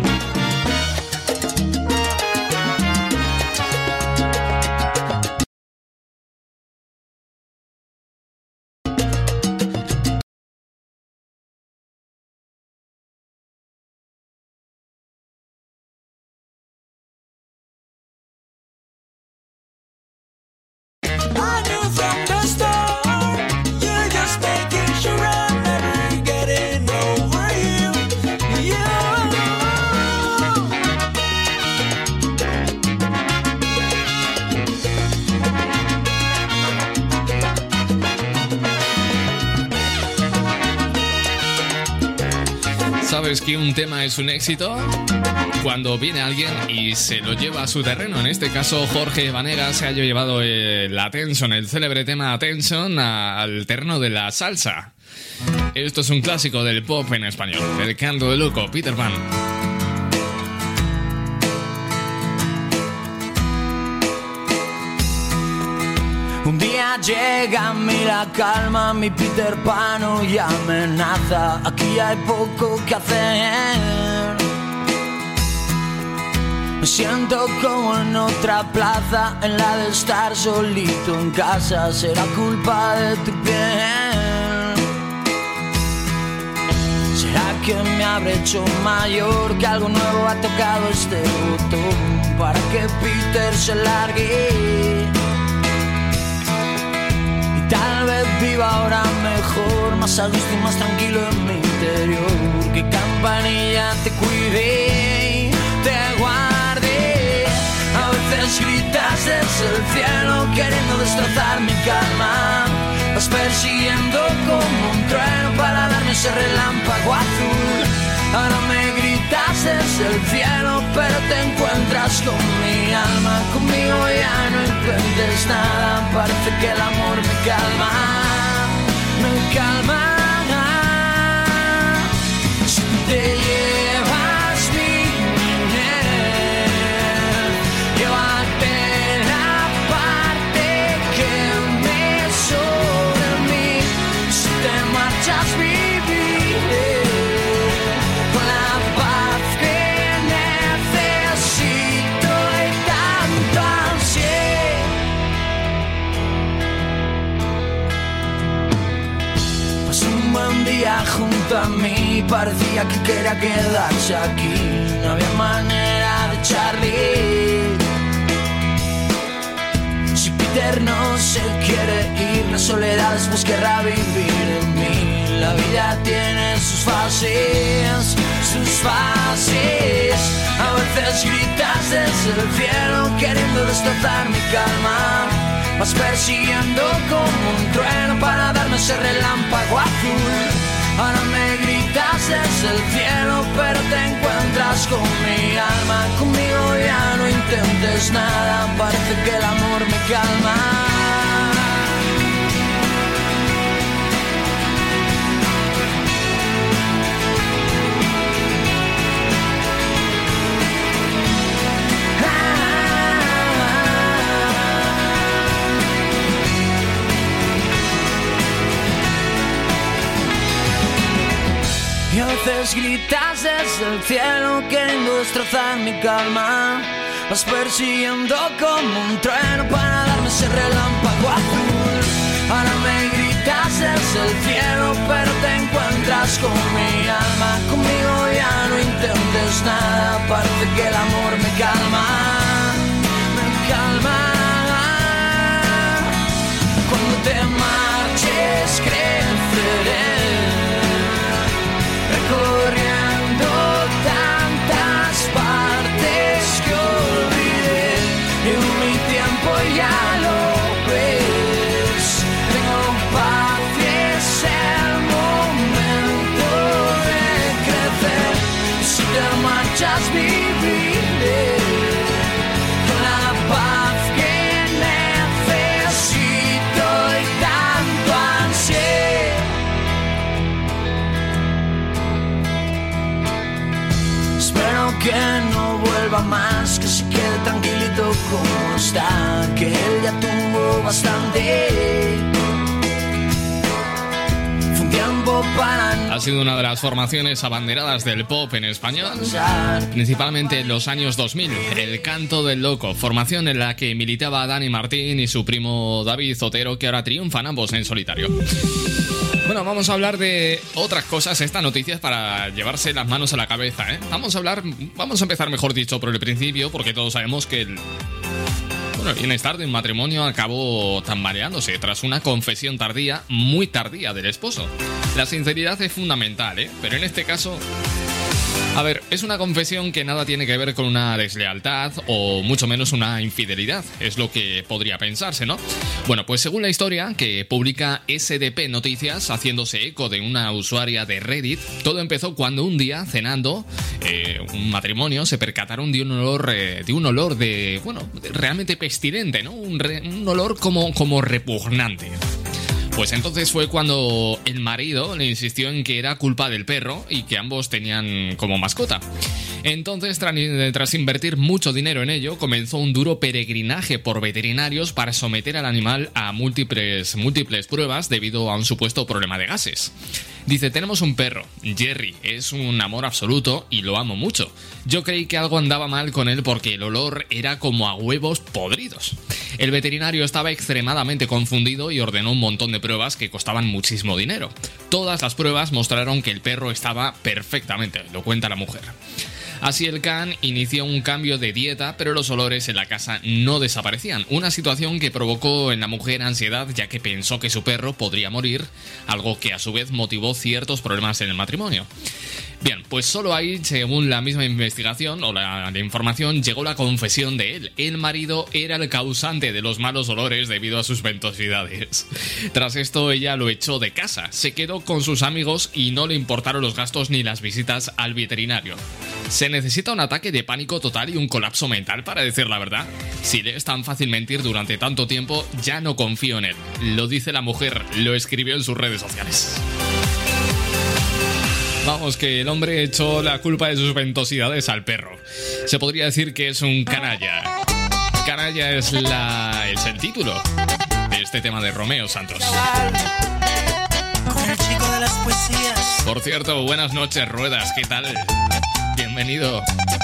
¿Sabes que un tema es un éxito? Cuando viene alguien y se lo lleva a su terreno. En este caso, Jorge Vanegas se ha llevado el Attention, el célebre tema Attention, al terreno de la salsa. Esto es un clásico del pop en español, El Canto de Loco, Peter Pan. Un día llega a mí la calma, mi Peter Pan y amenaza. Aquí hay poco que hacer. Me siento como en otra plaza, en la de estar solito en casa. Será culpa de tu piel. ¿Será que me habré hecho mayor? Que algo nuevo ha tocado este botón para que Peter se largue. Tal vez viva ahora mejor, más a gusto y más tranquilo en mi interior. Que Campanilla te cuide y te guarde. A veces gritas desde el cielo queriendo destrozar mi calma. Vas persiguiendo como un trueno para darme ese relámpago azul. Ahora me gritas desde el cielo, pero te encuentras con mi alma. Conmigo ya no intentes nada, parece que el amor me calma, me calma. Si te llevas mi miel, llévate la parte que me sobra a mí. Si te marchas, junto a mí, parecía que quería quedarse aquí. No había manera de echarle. Si Peter no se quiere ir, la soledad después querrá vivir en mí. La vida tiene sus fases, sus fases. A veces gritas desde el cielo queriendo destrozar mi calma. Vas persiguiendo como un trueno para darme ese relámpago azul. Ahora me gritas desde el cielo, pero te encuentras con mi alma. Conmigo ya no intentes nada, parece que el amor me calma. Y a veces gritas desde el cielo queriendo destrozar mi calma. Vas persiguiendo como un trueno para darme ese relámpago azul. Ahora me gritas desde el cielo, pero te encuentras con mi alma. Conmigo ya no intentes nada, parece que el amor me calma, me calma. Cuando te marches creceré, recorriendo tantas partes que olvidé. Y mi ya lo ves. Tengo paz y es el momento de crecer. Si te marchas viviré con la paz que necesito y tanto ansié. Espero que no vuelva más, que se quede tranquilito como está, que él ya tuvo bastante. Fue un tiempo para... Ha sido una de las formaciones abanderadas del pop en español, principalmente en los años 2000, El Canto del Loco, formación en la que militaba Dani Martín y su primo David Otero, que ahora triunfan ambos en solitario. Bueno, vamos a hablar de otras cosas. Esta noticia es para llevarse las manos a la cabeza, ¿eh? Vamos a empezar, mejor dicho, por el principio, porque todos sabemos que el bienestar de un matrimonio acabó tambaleándose tras una confesión tardía, muy tardía, del esposo. La sinceridad es fundamental, ¿eh? Pero en este caso... A ver, es una confesión que nada tiene que ver con una deslealtad o mucho menos una infidelidad, es lo que podría pensarse, ¿no? Bueno, pues según la historia que publica SDP Noticias, haciéndose eco de una usuaria de Reddit, todo empezó cuando un día, cenando, un matrimonio se percataron de un olor realmente pestilente, ¿no? Un olor como repugnante. Pues entonces fue cuando el marido le insistió en que era culpa del perro y que ambos tenían como mascota. Entonces, tras invertir mucho dinero en ello, comenzó un duro peregrinaje por veterinarios para someter al animal a múltiples pruebas debido a un supuesto problema de gases. Dice, tenemos un perro, Jerry, es un amor absoluto y lo amo mucho. Yo creí que algo andaba mal con él porque el olor era como a huevos podridos. El veterinario estaba extremadamente confundido y ordenó un montón de pruebas que costaban muchísimo dinero. Todas las pruebas mostraron que el perro estaba perfectamente, lo cuenta la mujer. Así el can inició un cambio de dieta, pero los olores en la casa no desaparecían. Una situación que provocó en la mujer ansiedad, ya que pensó que su perro podría morir, algo que a su vez motivó ciertos problemas en el matrimonio. Bien, pues solo ahí, según la misma investigación o la información, llegó la confesión de él. El marido era el causante de los malos olores debido a sus ventosidades. Tras esto, ella lo echó de casa, se quedó con sus amigos y no le importaron los gastos ni las visitas al veterinario. ¿Se necesita un ataque de pánico total y un colapso mental para decir la verdad? Si le es tan fácil mentir durante tanto tiempo, ya no confío en él. Lo dice la mujer, lo escribió en sus redes sociales. Vamos, que el hombre echó la culpa de sus ventosidades al perro. Se podría decir que es un canalla. Canalla es el título de este tema de Romeo Santos. Con el chico de las poesías. Por cierto, buenas noches, Ruedas, ¿qué tal? Bienvenido.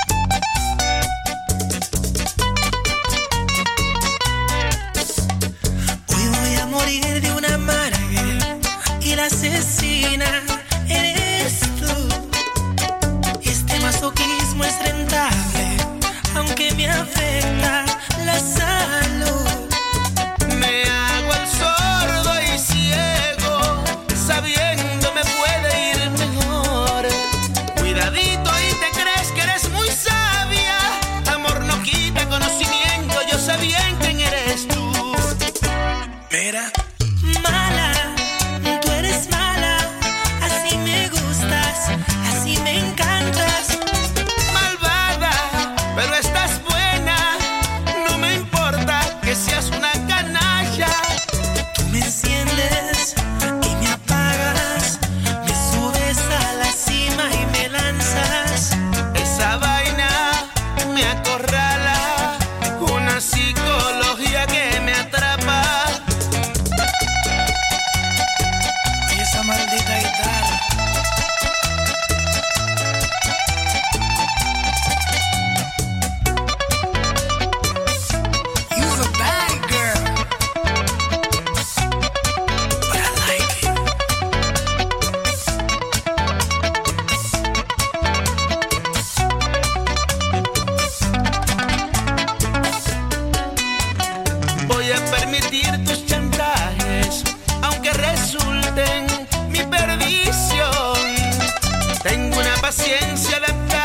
Hoy voy a morir de una amarga y la asesina eres tú. Este masoquismo es rentable, aunque me afecta la salud. Me hago el sordo y ciego, sabiendo me puede ir mejor. Cuidadito y te crees que eres muy sabia. Amor no quita conocimiento, yo sé bien quién eres tú. Mira, mala, tú eres mala. Así me gustas, así me encantas. Malvada, pero estás buena. No me importa que seas una canalla. Tú me enciendes y me apagas. Me subes a la cima y me lanzas. Esa vaina me acorrala. Una psicología que me atrapa. Y esa maldita guitarra. You're a bad girl, but I like it. Voy a permitir tus chantajes, aunque resulten mi perdición. Tengo una paciencia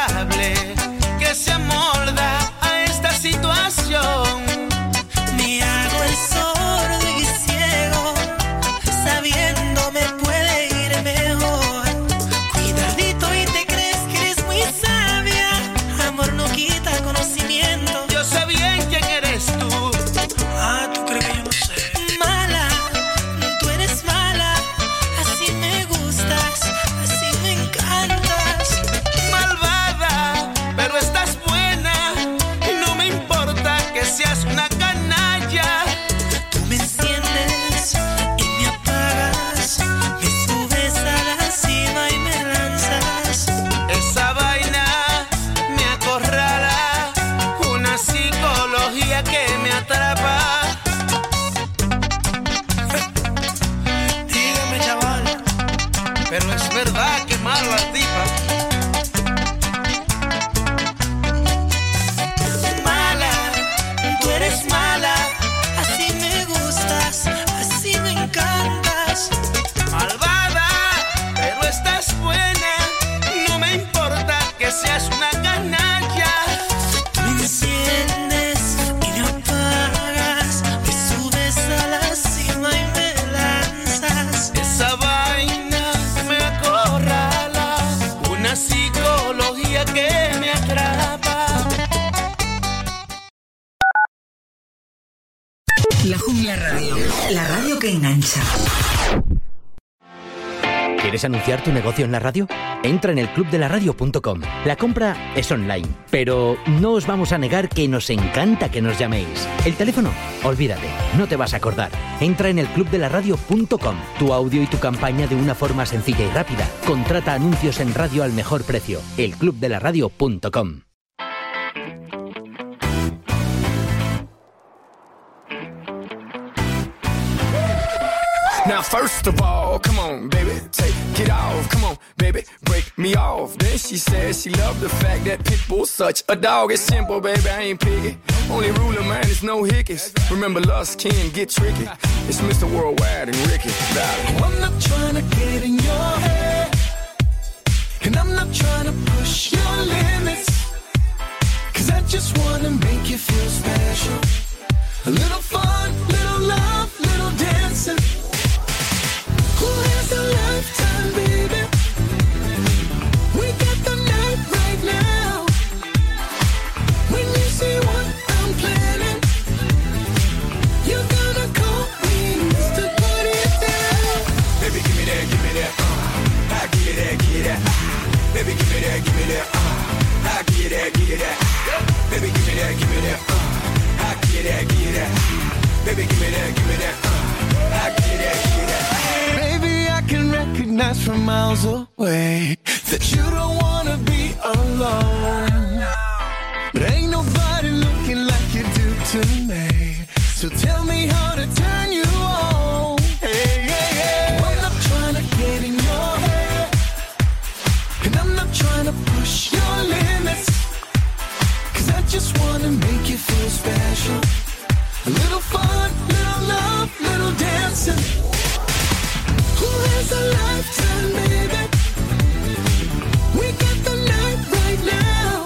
adaptable que se amolda a esta situación. Mi La Jungla Radio, la radio que engancha. ¿Quieres anunciar tu negocio en la radio? Entra en elclubdelaradio.com. La compra es online, pero no os vamos a negar que nos encanta que nos llaméis. El teléfono, olvídate, no te vas a acordar. Entra en elclubdelaradio.com. Tu audio y tu campaña de una forma sencilla y rápida. Contrata anuncios en radio al mejor precio. elclubdelaradio.com. Now first of all, come on, baby, take it off. Come on, baby, break me off. Then she said she loved the fact that Pitbull's such a dog. It's simple, baby, I ain't picky. Only rule of mine is no hickeys. Remember, lust can get tricky. It's Mr. Worldwide and Ricky. I'm not trying to get in your head, and I'm not trying to push your limits, 'cause I just wanna make you feel special. A little fun, little love, little dancing. Who has a lifetime, baby? We got the night right now. When you see what I'm planning, you're gonna call me to put it down. Baby, give me that, give me that. I give you that, give you that. Baby, give me that, give me that. I give you that, give you that. Baby, give me that, give me that. I give you that, give you that. Baby, give me that, give me that. I give you that, give you that. Baby, I can recognize from miles away that you don't wanna be alone. But ain't nobody looking like you do to me. So tell me how to turn you on. Hey, yeah, yeah. I'm not trying to get in your head, and I'm not trying to push your limits, 'cause I just wanna make you feel special. A little fun, little love, little dancing. Who has a lifetime, baby? We got the night right now.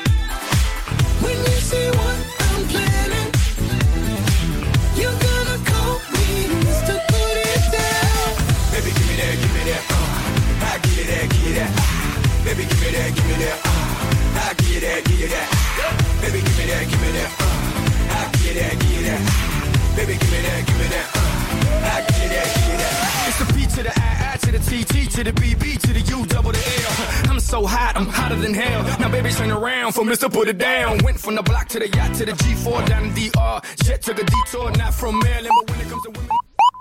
When you see what I'm planning, you're gonna call me to put it down. Baby, give me that, give me that. I give you that, give you that. Baby, give me that, give me that. I give you that, give you that. Baby, give me that, give me that. I give you that, give you that. Baby, give me that, give me that. I give you that, give you that. It's the P to the I to the T, T to the B, B to the U, double the L. I'm so hot, I'm hotter than hell. Now baby, turn around for Mr. Put It Down. Went from the block to the yacht to the G4 down to DR. Jet took a detour, not from Maryland, but when it comes to women.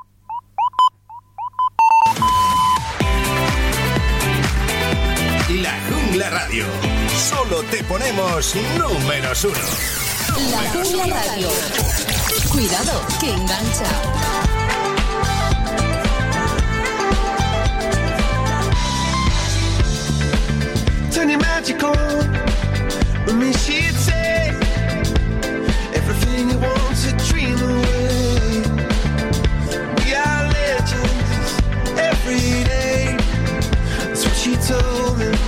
La Jungla Radio. Solo te ponemos números 1. La Jungla Radio. Cuidado, que engancha. Turn your magic on. With me she'd say everything you want to dream away. We are legends every day. That's what she told me.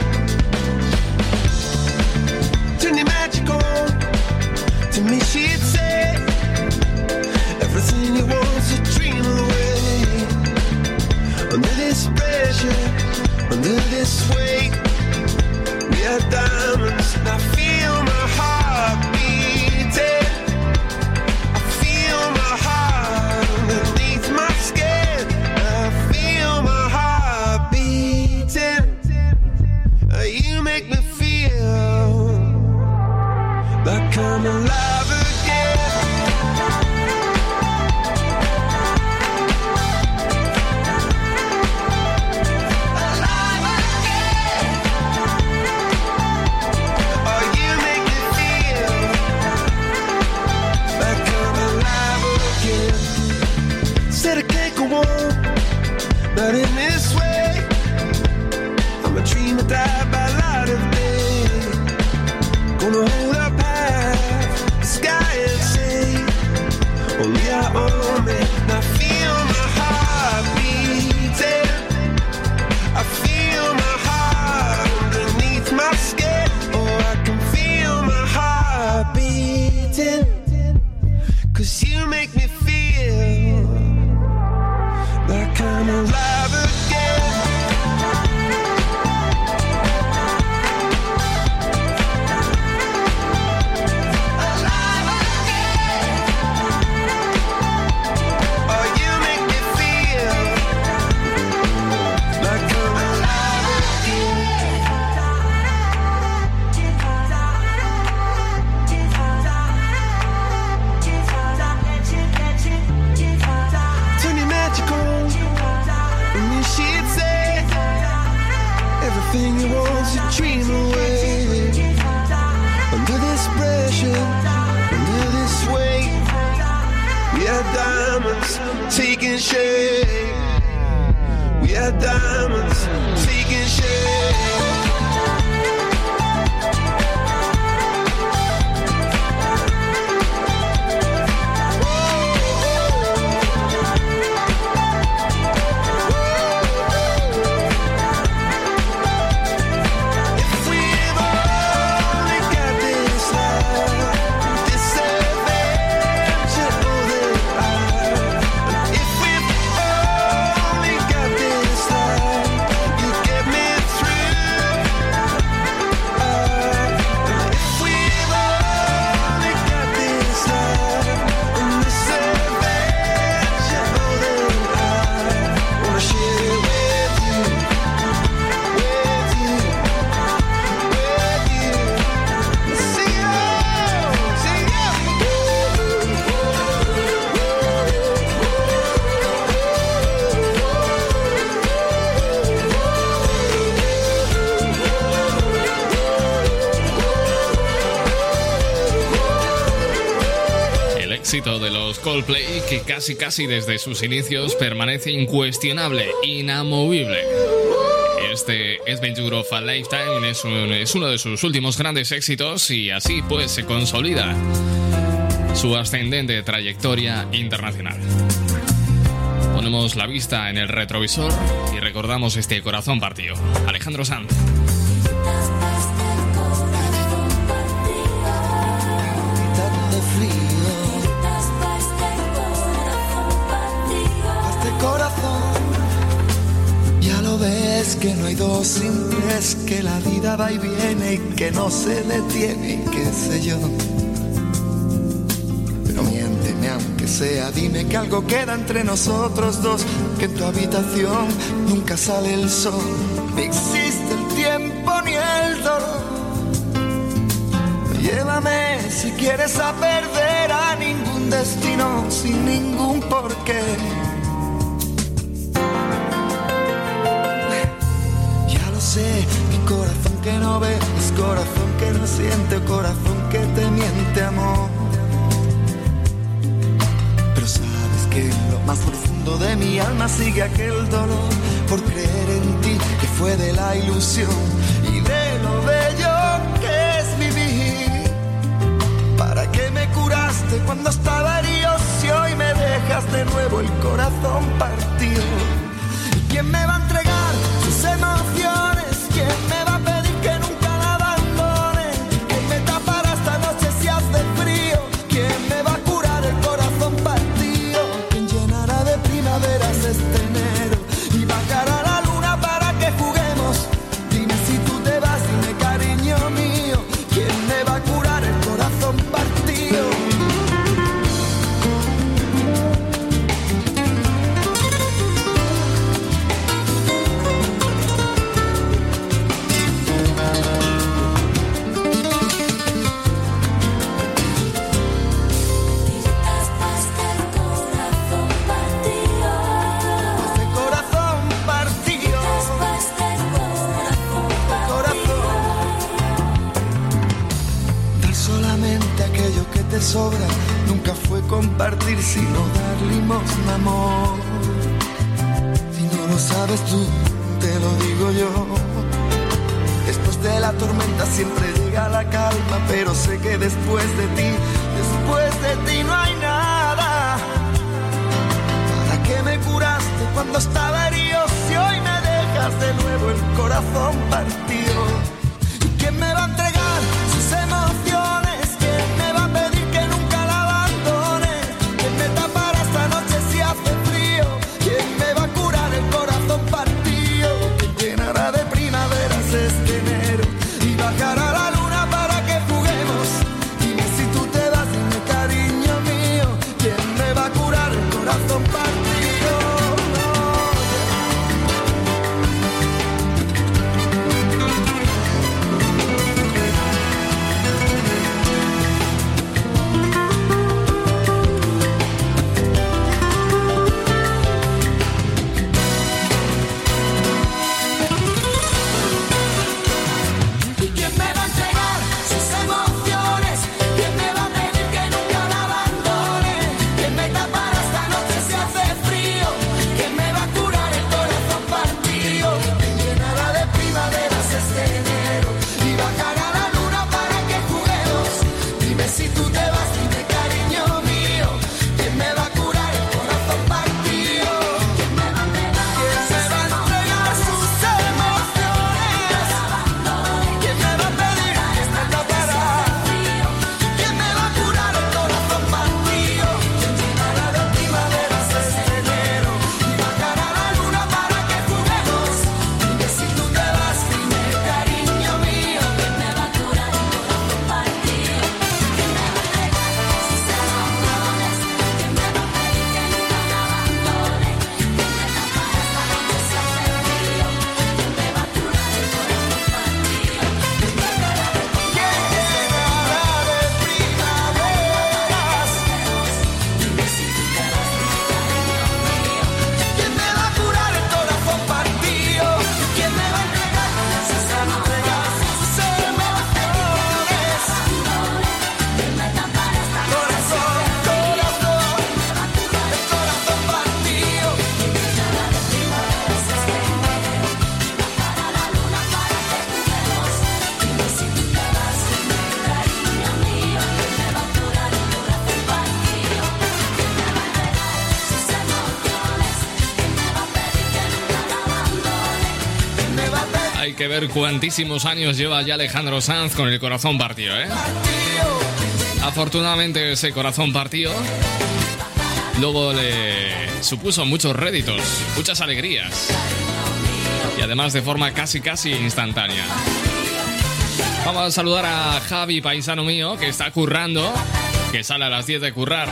Turn your magic on. To me she'd say everything you want to dream away. Under this pressure, under this weight, we are diamonds, and I feel my heart beating. I feel my heart underneath my skin. I feel my heart beating. You make me feel like I'm alive again. Alive again. Oh, you make me feel like I'm alive again. Said I can't go on, not in this way. I'm a dreamer, die by light of day. Gonna hold up high the sky and say, oh, we are on it. And I feel my heart beating. I feel my heart underneath my skin. Oh, I can feel my heart beating. 'Cause you make me feel like I'm alive again. Alive again. are diamonds taking shape. We are diamonds taking shape. De los Coldplay, que casi desde sus inicios permanece incuestionable, inamovible. Este Adventure of a Lifetime es uno de sus últimos grandes éxitos y así pues se consolida su ascendente trayectoria internacional. Ponemos la vista en el retrovisor y recordamos este corazón partido. Alejandro Sanz. Corazón, ya lo ves que no hay dos sin tres, que la vida va y viene y que no se detiene, qué sé yo. Pero miénteme aunque sea, dime que algo queda entre nosotros dos, que en tu habitación nunca sale el sol, ni existe el tiempo ni el dolor. Llévame si quieres a perder a ningún destino, sin ningún porqué. Mi corazón que no ve, es corazón que no siente, corazón que te miente, amor. Pero sabes que en lo más profundo de mi alma sigue aquel dolor por creer en ti, que fue de la ilusión y de lo bello que es vivir. ¿Para qué me curaste cuando estaba herido si hoy me dejas de nuevo el corazón partido? ¿Y quién me va a entregar sus emociones? ¿Quién me va a pedir que nunca la abandone? ¿Quién me tapará esta noche si hace frío? ¿Quién me va a curar el corazón partido? ¿Quién llenará de primaveras este enero y bajará la luna para que juguemos? Dime si tú te vas, dime cariño mío, ¿quién me va a curar el corazón partido? Sobra, nunca fue compartir sino dar limosna, amor. Si no lo sabes tú, te lo digo yo. Después de la tormenta siempre llega la calma, pero sé que después de ti no hay nada. ¿Para qué me curaste cuando estaba herido si hoy me dejas de nuevo el corazón partido? ¿Y quién me va a entregar sus emociones? ¿Quién me va a pedir que nunca la abandone? ¿Quién me tapará esta noche si hace frío? ¿Quién me va a curar el corazón partido? ¿Quién llenará de primaveras este enero y bajará la luna para que juguemos? Dime si tú te vas, dime cariño mío, ¿quién me va a curar el corazón partido? hay que ver cuantísimos años lleva ya Alejandro Sanz con el corazón partido, ¿eh? Afortunadamente ese corazón partido luego le supuso muchos réditos, muchas alegrías. Y además de forma casi instantánea. Vamos a saludar a Javi, paisano mío, que está currando, que sale a las 10 de currar.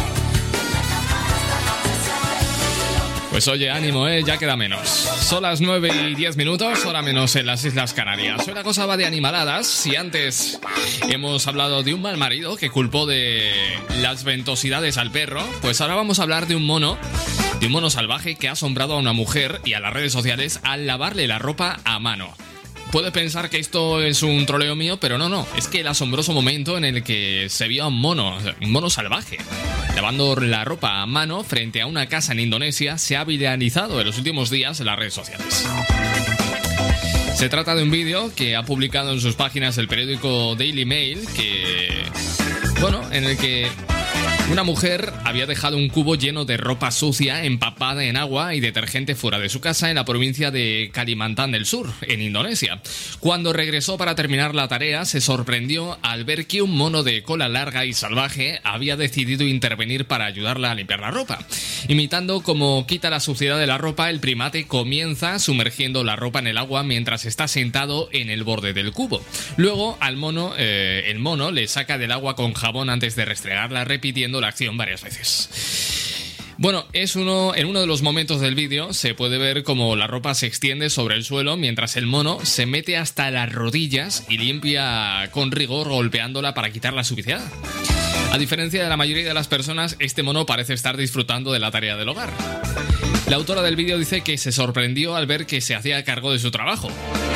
Pues oye, ánimo, ya queda menos. Son las 9:10, hora menos en las Islas Canarias. Hoy la cosa va de animaladas. Si antes hemos hablado de un mal marido que culpó de las ventosidades al perro, pues ahora vamos a hablar de un mono salvaje que ha asombrado a una mujer y a las redes sociales al lavarle la ropa a mano. Puedes pensar que esto es un troleo mío, pero no. Es que el asombroso momento en el que se vio a un mono salvaje lavando la ropa a mano frente a una casa en Indonesia se ha viralizado en los últimos días en las redes sociales. Se trata de un vídeo que ha publicado en sus páginas el periódico Daily Mail, en el que una mujer había dejado un cubo lleno de ropa sucia empapada en agua y detergente fuera de su casa en la provincia de Kalimantan del Sur, en Indonesia. Cuando regresó para terminar la tarea, se sorprendió al ver que un mono de cola larga y salvaje había decidido intervenir para ayudarla a limpiar la ropa. Imitando cómo quita la suciedad de la ropa, el primate comienza sumergiendo la ropa en el agua mientras está sentado en el borde del cubo. Luego, el mono le saca del agua con jabón antes de restregarla, repitiendo la acción varias veces. Bueno, en uno de los momentos del vídeo se puede ver cómo la ropa se extiende sobre el suelo mientras el mono se mete hasta las rodillas y limpia con rigor golpeándola para quitar la suciedad. A diferencia de la mayoría de las personas, este mono parece estar disfrutando de la tarea del hogar. La autora del vídeo dice que se sorprendió al ver que se hacía cargo de su trabajo.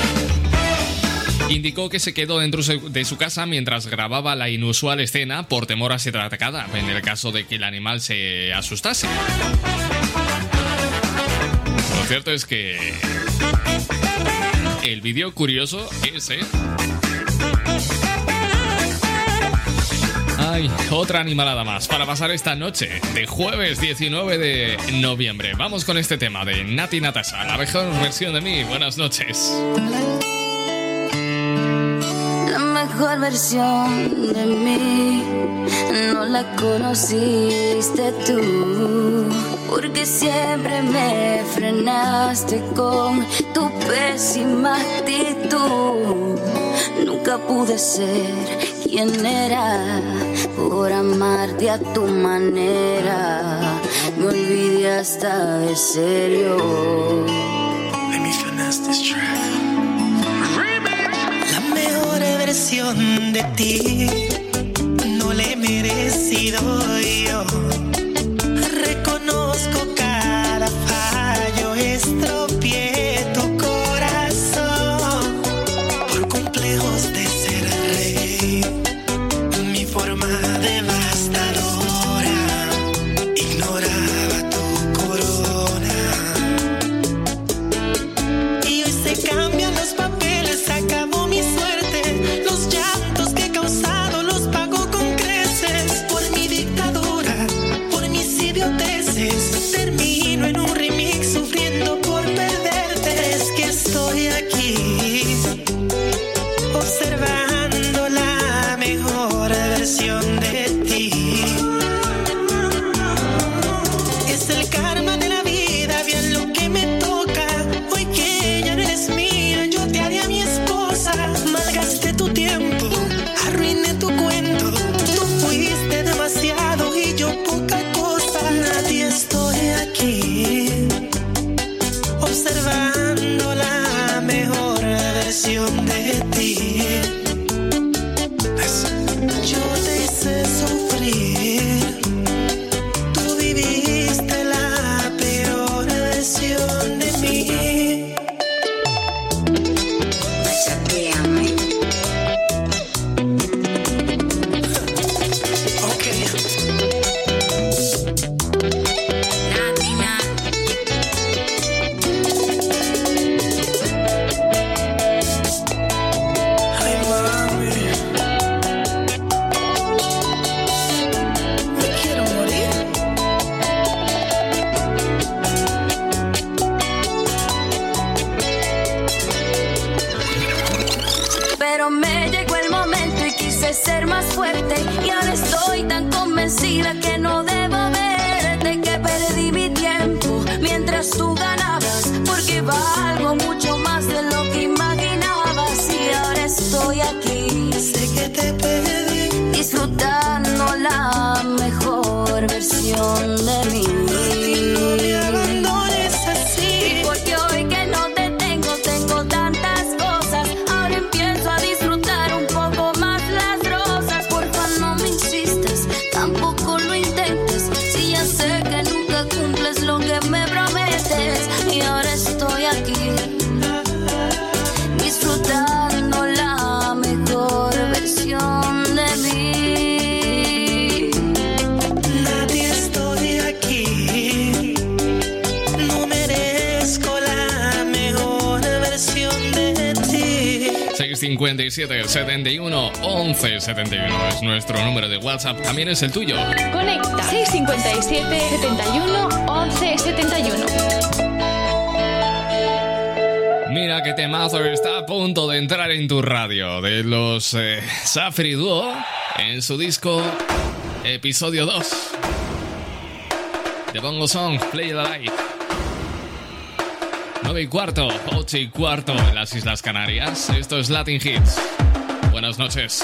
Indicó que se quedó dentro de su casa mientras grababa la inusual escena por temor a ser atacada, en el caso de que el animal se asustase. Lo cierto es que el vídeo curioso es, Ay, otra animalada más para pasar esta noche de jueves 19 de noviembre. Vamos con este tema de Nati Natasha, la mejor versión de mí. Buenas noches. La mejor versión de mí no la conociste tú, porque siempre me frenaste con tu pésima actitud. Nunca pude ser quien era por amarte a tu manera. Me olvidé hasta de serio. Let me finesse this track. La mejor versión de ti no la he merecido yo. Reconozco cada fallo, estropeé tu corazón por complejos de ser rey. Mi forma devastadora ignoraba tu corona. Y hoy se cambian los papeles, acabó mi suerte. Los llantos que he causado los pago con creces por mi dictadura. más fuerte y ahora estoy tan convencida que no debo verte, que perdí mi tiempo mientras tú ganabas, porque valgo mucho más de lo que imaginabas y ahora estoy aquí. Sé que te perdí, disfrutando la mejor versión de mí. No me abandones así, porque hoy que no te tengo, tengo tantas cosas. Ahora empiezo a disfrutar un poco más las rosas. Porfa, no me insistas, tampoco lo intentes, si ya sé que nunca cumples lo que me prometes. Y ahora estoy aquí, disfrutando la mejor versión de mí. Nadie estoy aquí, no merezco la mejor versión de ti. 657 71 11 71 es nuestro número de WhatsApp, también es el tuyo. Conecta 657 71 11 71. Mira qué temazo está a punto de entrar en tu radio, de los Safri Duo en su disco Episodio 2. The Bongo Song, Play It Alive. 9:15, 8:15 en las Islas Canarias. Esto es Latin Hits. Buenas noches.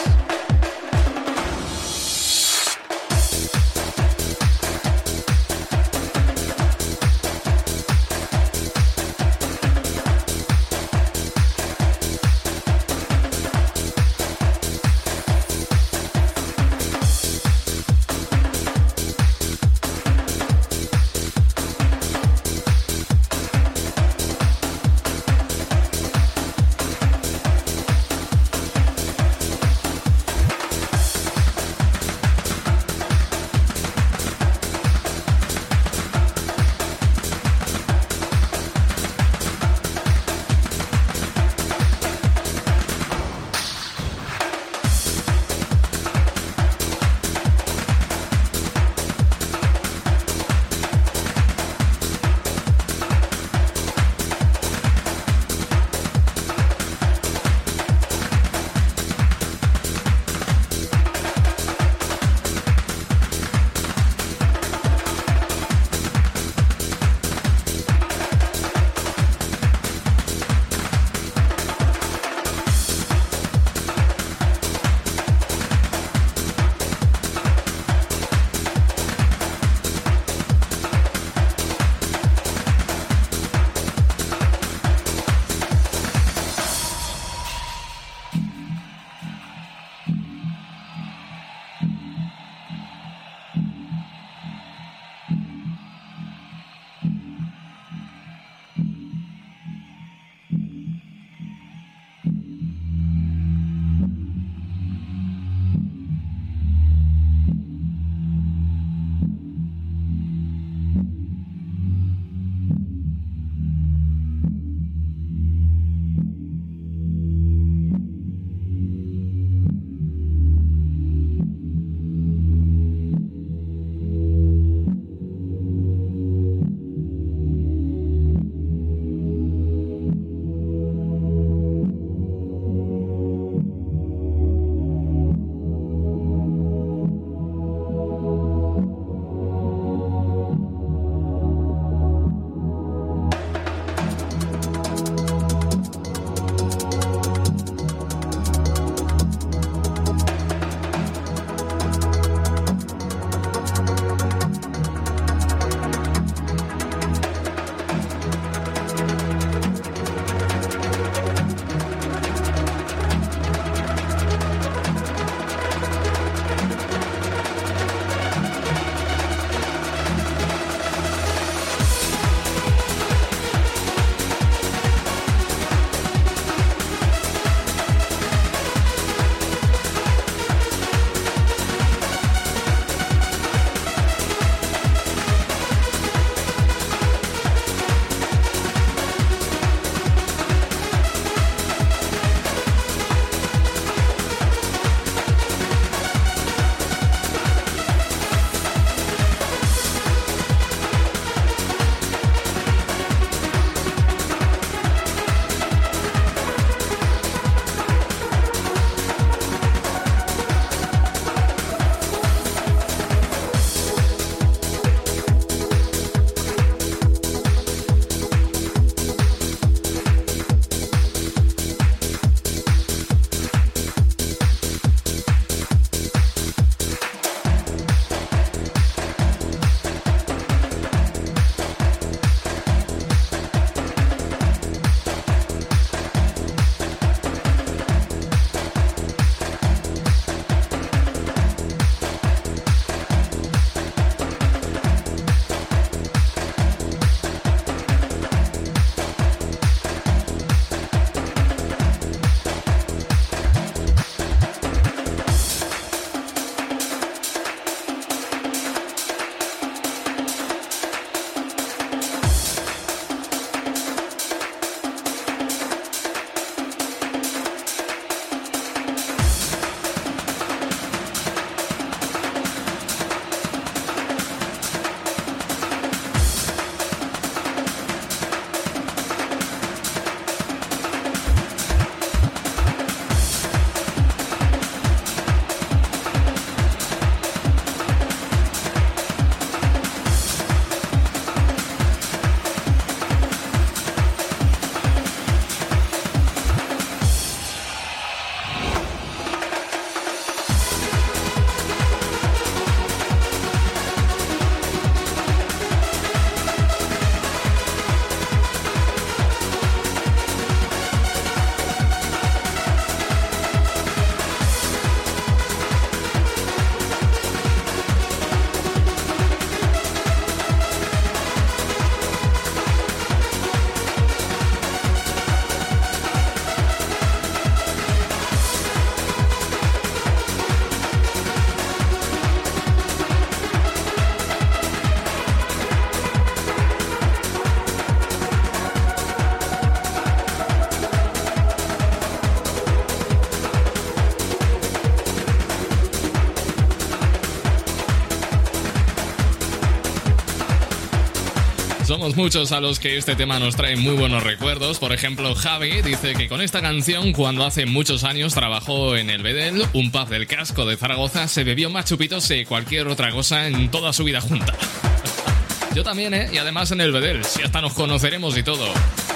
Somos muchos a los que este tema nos trae muy buenos recuerdos. Por ejemplo, Javi dice que con esta canción, cuando hace muchos años trabajó en el Bedel, un pub del Casco de Zaragoza, se bebió más chupitos que cualquier otra cosa en toda su vida junta. Yo también, ¿eh? Y además en el Bedel, si hasta nos conoceremos y todo.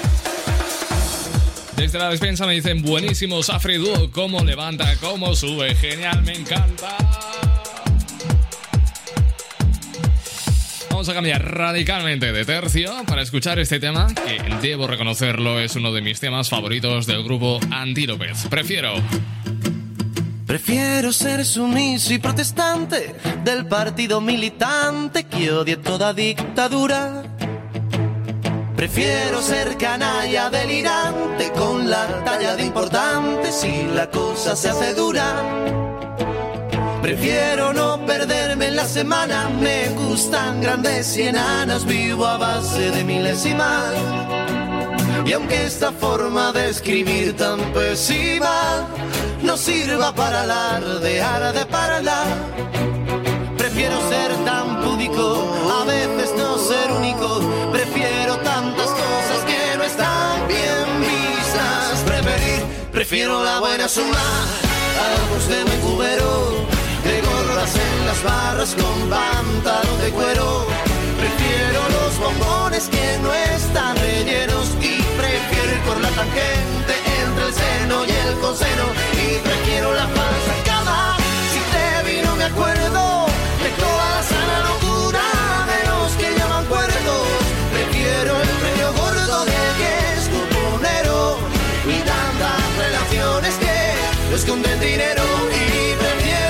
Desde la despensa me dicen, buenísimo Safri Duo, cómo levanta, cómo sube, genial, me encanta. Vamos a cambiar radicalmente de tercio para escuchar este tema, que debo reconocerlo, es uno de mis temas favoritos del grupo Antílopez. Prefiero ser sumiso y protestante del partido militante que odie toda dictadura. Prefiero ser canalla delirante con la talla de importante si la cosa se hace dura. Prefiero no perderme en la semana, me gustan grandes y enanas, vivo a base de milésimas. Y aunque esta forma de escribir tan pésima no sirva para alardear de parla, prefiero ser tan púdico, a veces no ser único. Prefiero tantas cosas que no están bien vistas. Prefiero la buena suma, algo de buen cubero, de gordas en las barras con pantalón de cuero. Prefiero los bombones que no están rellenos y prefiero ir por la tangente entre el seno y el coseno. Y prefiero la falsa cama, si te vi no me acuerdo de toda la sana locura de los que llaman cuerdos. Prefiero el premio gordo de que es cuponero y tantas relaciones que no esconden dinero. Y prefiero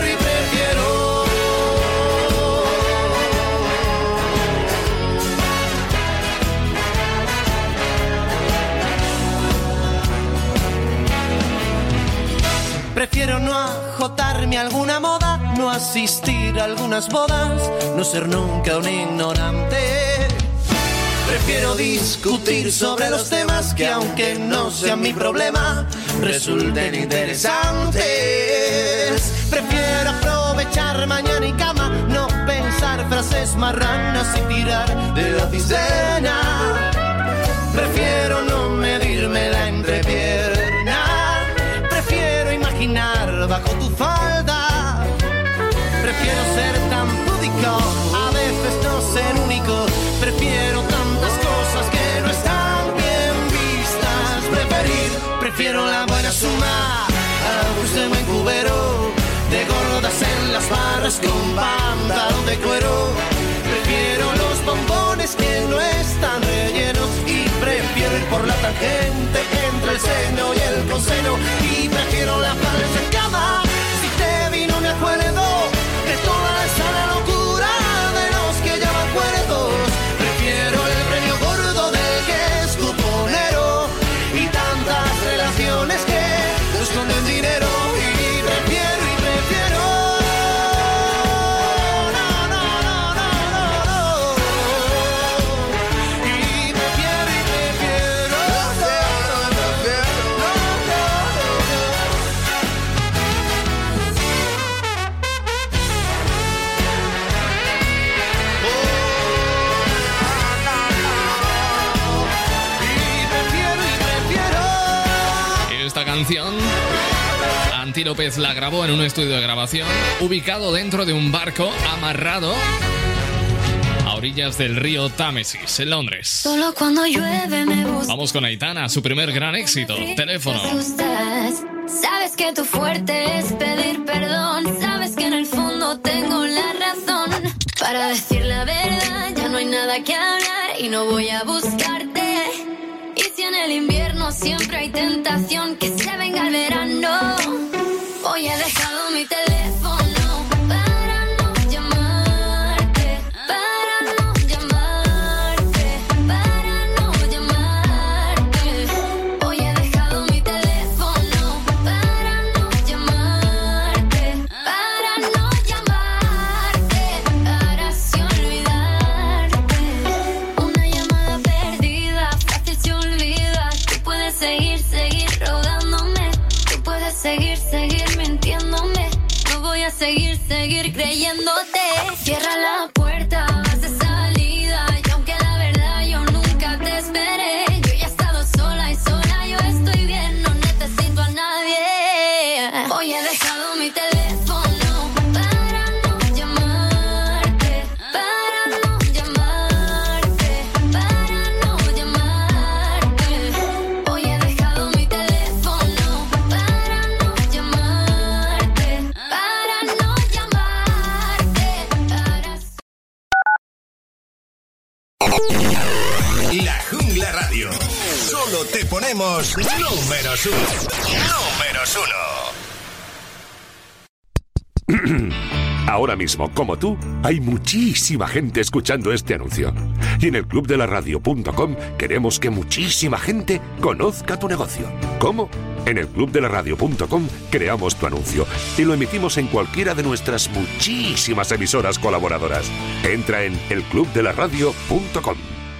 Prefiero no ajotarme a alguna moda, no asistir a algunas bodas, no ser nunca un ignorante. Prefiero discutir sobre los temas que, aunque no sean mi problema, resulten interesantes. Prefiero aprovechar mañana y cama, no pensar frases marranas y tirar de la cisterna. Prefiero no medirme la entrepierna. Prefiero imaginar bajo tu falda. Prefiero ser tan púdico, a veces no ser único. Prefiero tantas cosas que no están bien vistas. Prefiero la buena suma, algo de buen cubero, de gordas en las barras con pantalón de cuero. Prefiero los bombones que no están rellenos y prefiero ir por la tangente entre el seno y el coseno. Y prefiero la falsa cama, si te vi no me acuerdo de toda esa locura de los que llaman cuerdos. Prefiero el premio gordo del que es cuponero y tantas relaciones que no esconden dinero. Y prefiero canción Antílopez la grabó en un estudio de grabación ubicado dentro de un barco amarrado a orillas del río Támesis, en Londres. Solo cuando llueve me buscas. Vamos con Aitana, su primer gran éxito, Teléfono. Sabes que tu fuerte es pedir perdón. Sabes que en el fondo tengo la razón. Para decir la verdad ya no hay nada que hablar y no voy a buscarte. Y si en el invierno siempre hay tentación, que se venga el verano. Hoy he dejado mi teléfono para no llamarte, para no llamarte, para no llamarte. Hoy he dejado mi teléfono para no llamarte, para no llamarte, para así olvidarte. Una llamada perdida, fácil se olvida. Tú puedes seguir rogándome. Tú puedes seguir mintiéndome. No voy a seguir creyéndote. Cierra la puerta, vas de salida. Y aunque la verdad yo La Jungla Radio. Solo te ponemos números uno. Números uno. Ahora mismo, como tú, hay muchísima gente escuchando este anuncio. Y en el clubdelaradio.com queremos que muchísima gente conozca tu negocio. ¿Cómo? En el clubdelaradio.com creamos tu anuncio y lo emitimos en cualquiera de nuestras muchísimas emisoras colaboradoras. Entra en elclubdelaradio.com.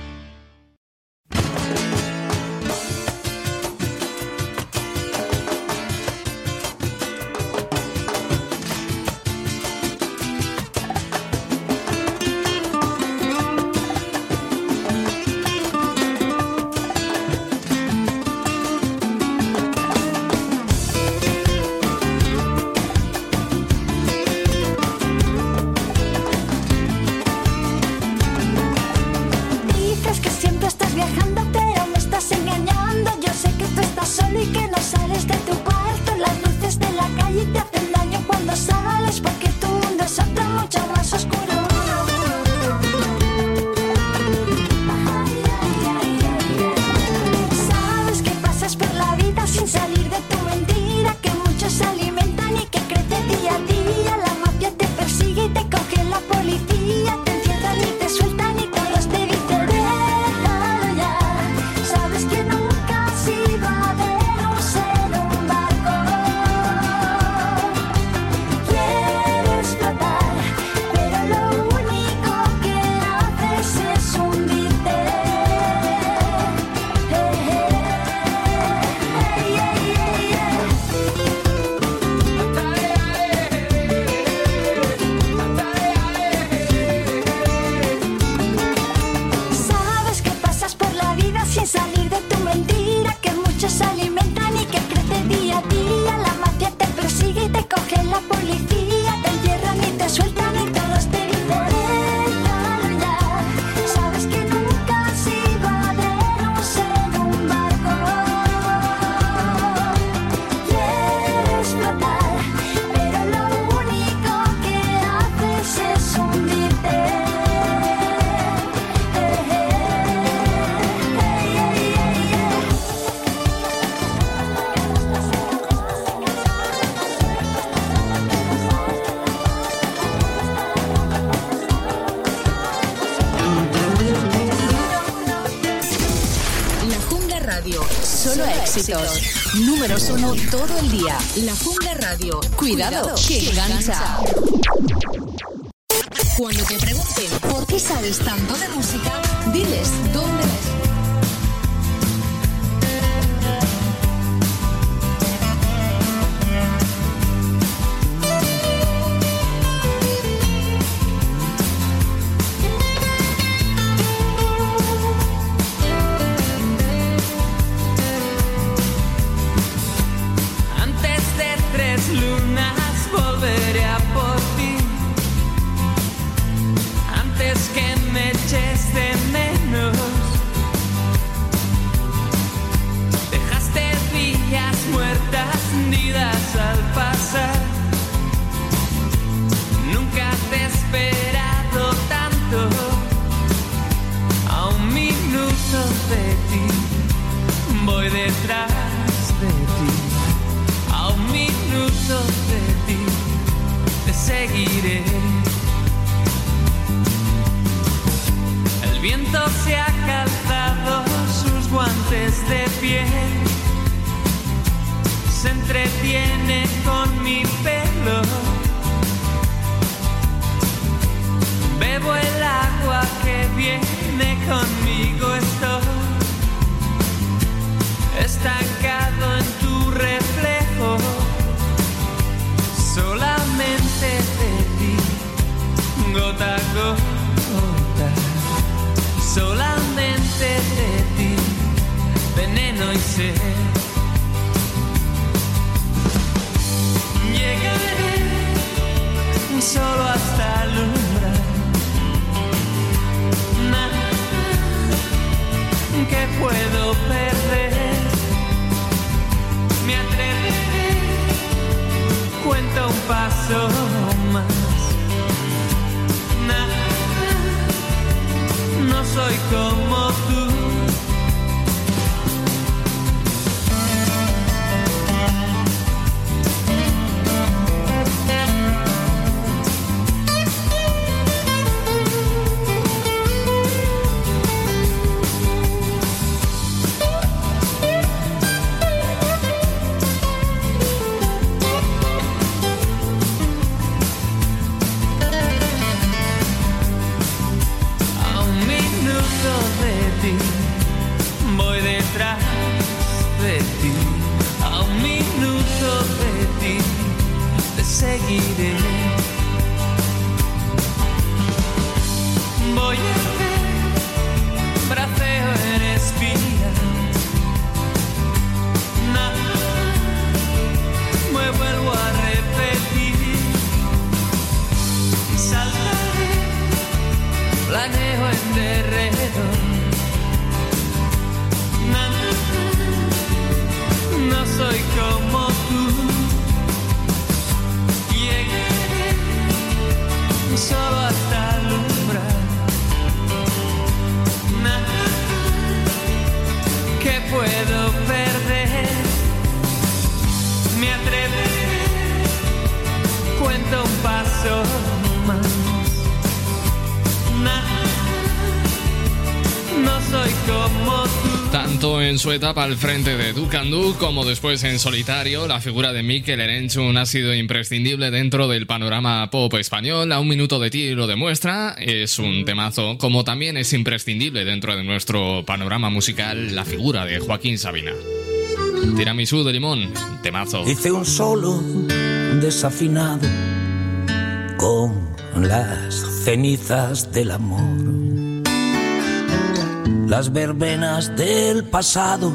Números uno todo el día. La Jungla Radio. Cuidado, que engancha. Cuando te pregunten por qué sabes tanto de música, diles dónde es. soy como tú. Voy detrás de ti, a un minuto de ti, te seguiré. Voy a hacer braceo en espina, nada, me vuelvo a repetir, saltaré, planeo en derredor. No soy como tú. Llegué solo hasta el umbral. Nada que puedo perder. Me atreveré, cuento un paso más. Nada, no soy como tú. Tanto en su etapa al frente de Do Can Do como después en solitario, la figura de Mikel Erenchun ha sido imprescindible dentro del panorama pop español. A un minuto de ti lo demuestra, es un temazo, como también es imprescindible dentro de nuestro panorama musical la figura de Joaquín Sabina. Tiramisú de limón, temazo. Hice un solo desafinado con las cenizas del amor. Las verbenas del pasado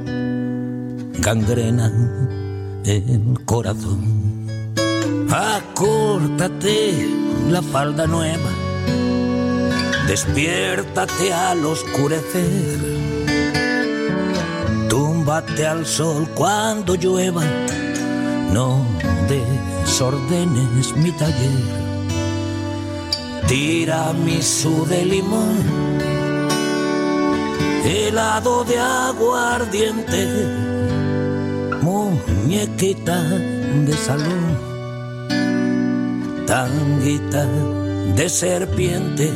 gangrenan el corazón. Acórtate la falda nueva, despiértate al oscurecer, túmbate al sol cuando llueva, no desordenes mi taller. Tiramisú de limón, helado de aguardiente, muñequita de salón, tanguita de serpiente.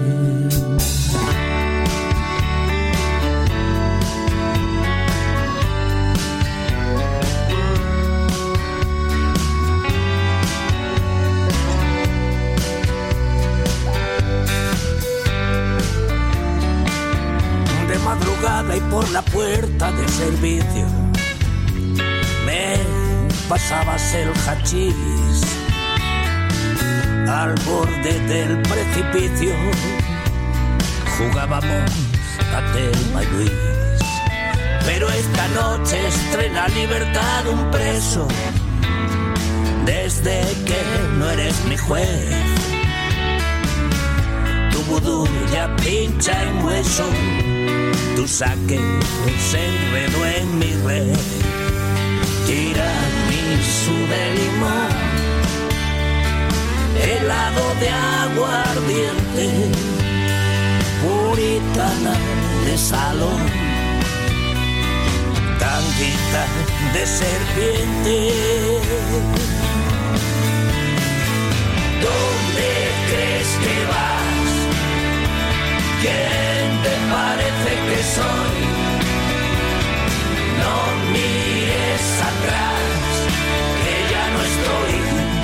Y por la puerta de servicio me pasabas el hachís. Al borde del precipicio jugábamos a Telma y Luis. Pero esta noche estrena libertad un preso, desde que no eres mi juez. Tu vudú ya pincha en hueso, tu saque se enredó en mi red. Tiramisú de limón, helado de aguardiente, puritana de salón, tanguita de serpiente. ¿Dónde crees que vas? ¿Quién te parece que soy? No mires atrás, que ya no estoy.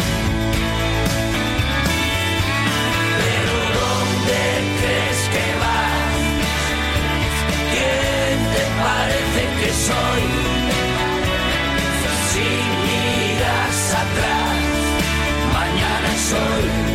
Pero ¿dónde crees que vas? ¿Quién te parece que soy? Si miras atrás, mañana soy.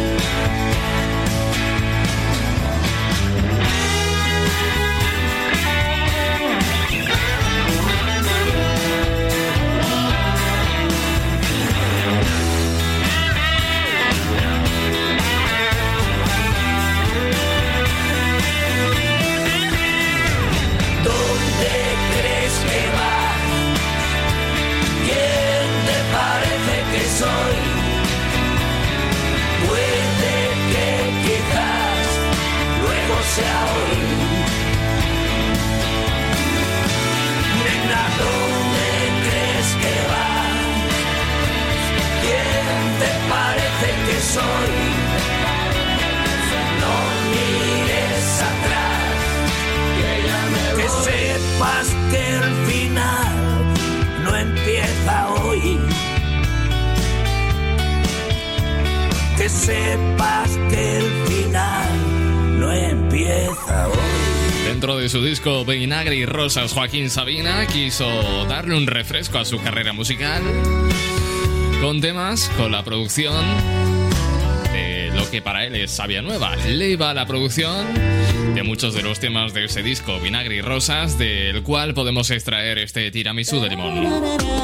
sepas que el final no empieza hoy. Dentro de su disco Vinagre y Rosas, Joaquín Sabina quiso darle un refresco a su carrera musical con temas, con la producción de lo que para él es Savia Nueva. Le iba a la producción de muchos de los temas de ese disco Vinagre y Rosas, del cual podemos extraer este tiramisú de limón.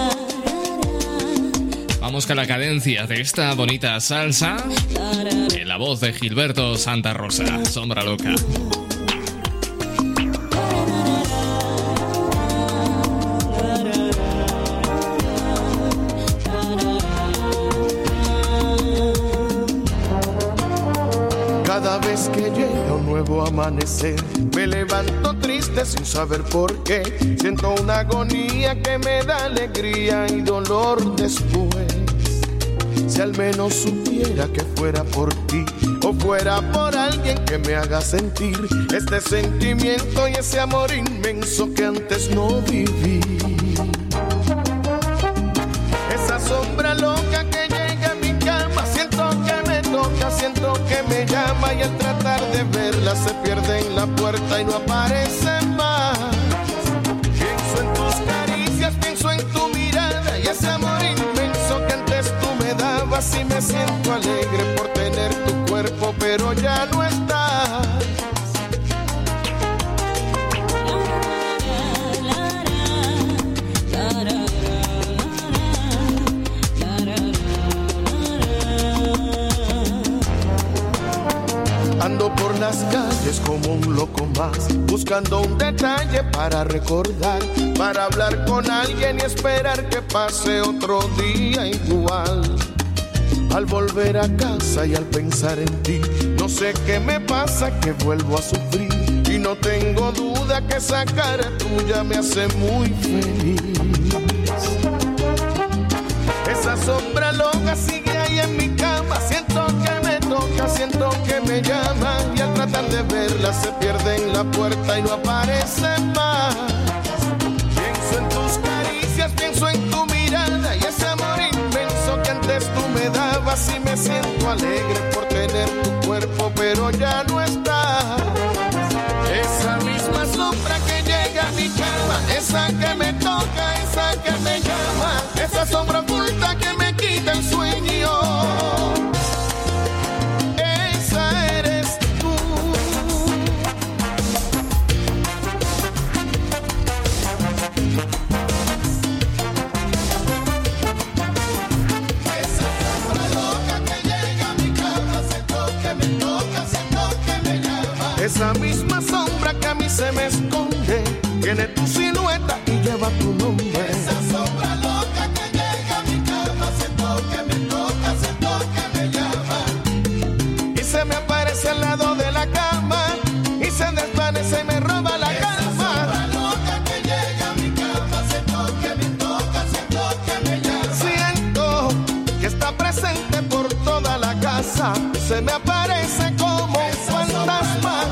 Vamos con la cadencia de esta bonita salsa en la voz de Gilberto Santa Rosa, Sombra Loca. Cada vez que llega un nuevo amanecer, me levanto triste sin saber por qué. Siento una agonía que me da alegría y dolor después. Si al menos supiera que fuera por ti o fuera por alguien que me haga sentir este sentimiento y ese amor inmenso que antes no viví. Esa sombra loca que llega a mi cama, siento que me toca, siento que me llama y al tratar de verla se pierde en la puerta y no aparece más. Pienso en tus caricias, pienso en tu mirada y ese amor inmenso que antes tú me dabas y me siento alegre por tener tu cuerpo, pero ya no estás. Ando por las calles como un loco más, buscando un detalle para recordar, para hablar con alguien y esperar que pase otro día igual. Al volver a casa y al pensar en ti, no sé qué me pasa, que vuelvo a sufrir. Y no tengo duda que esa cara tuya me hace muy feliz. Esa sombra loca sigue ahí en mi cama, siento que me toca, siento que me llama y al tratar de verla se pierde en la puerta y no aparece más. Pienso en tus caricias, pienso en tu mirada y ese amor inmenso que antes tú me dabas y me siento alegre por tener tu cuerpo, pero ya no está. Esa misma sombra que llega a mi cama, esa que me toca, esa que me llama, esa sombra oculta que me quita el sueño. Esa eres tú. Esa sombra loca que llega a mi cama, siento que me toca, siento que me llama. Esa misma sombra que a mí se me esconde, tiene tu silueta y lleva tu nombre. Esa sombra loca que llega a mi cama, siento que me toca, siento que me llama. Y se me aparece al lado de la cama y se desvanece y me roba la calma. Esa sombra loca que llega a mi cama, siento que me toca, siento que me llama. Siento que está presente por toda la casa, se me aparece como un fantasma.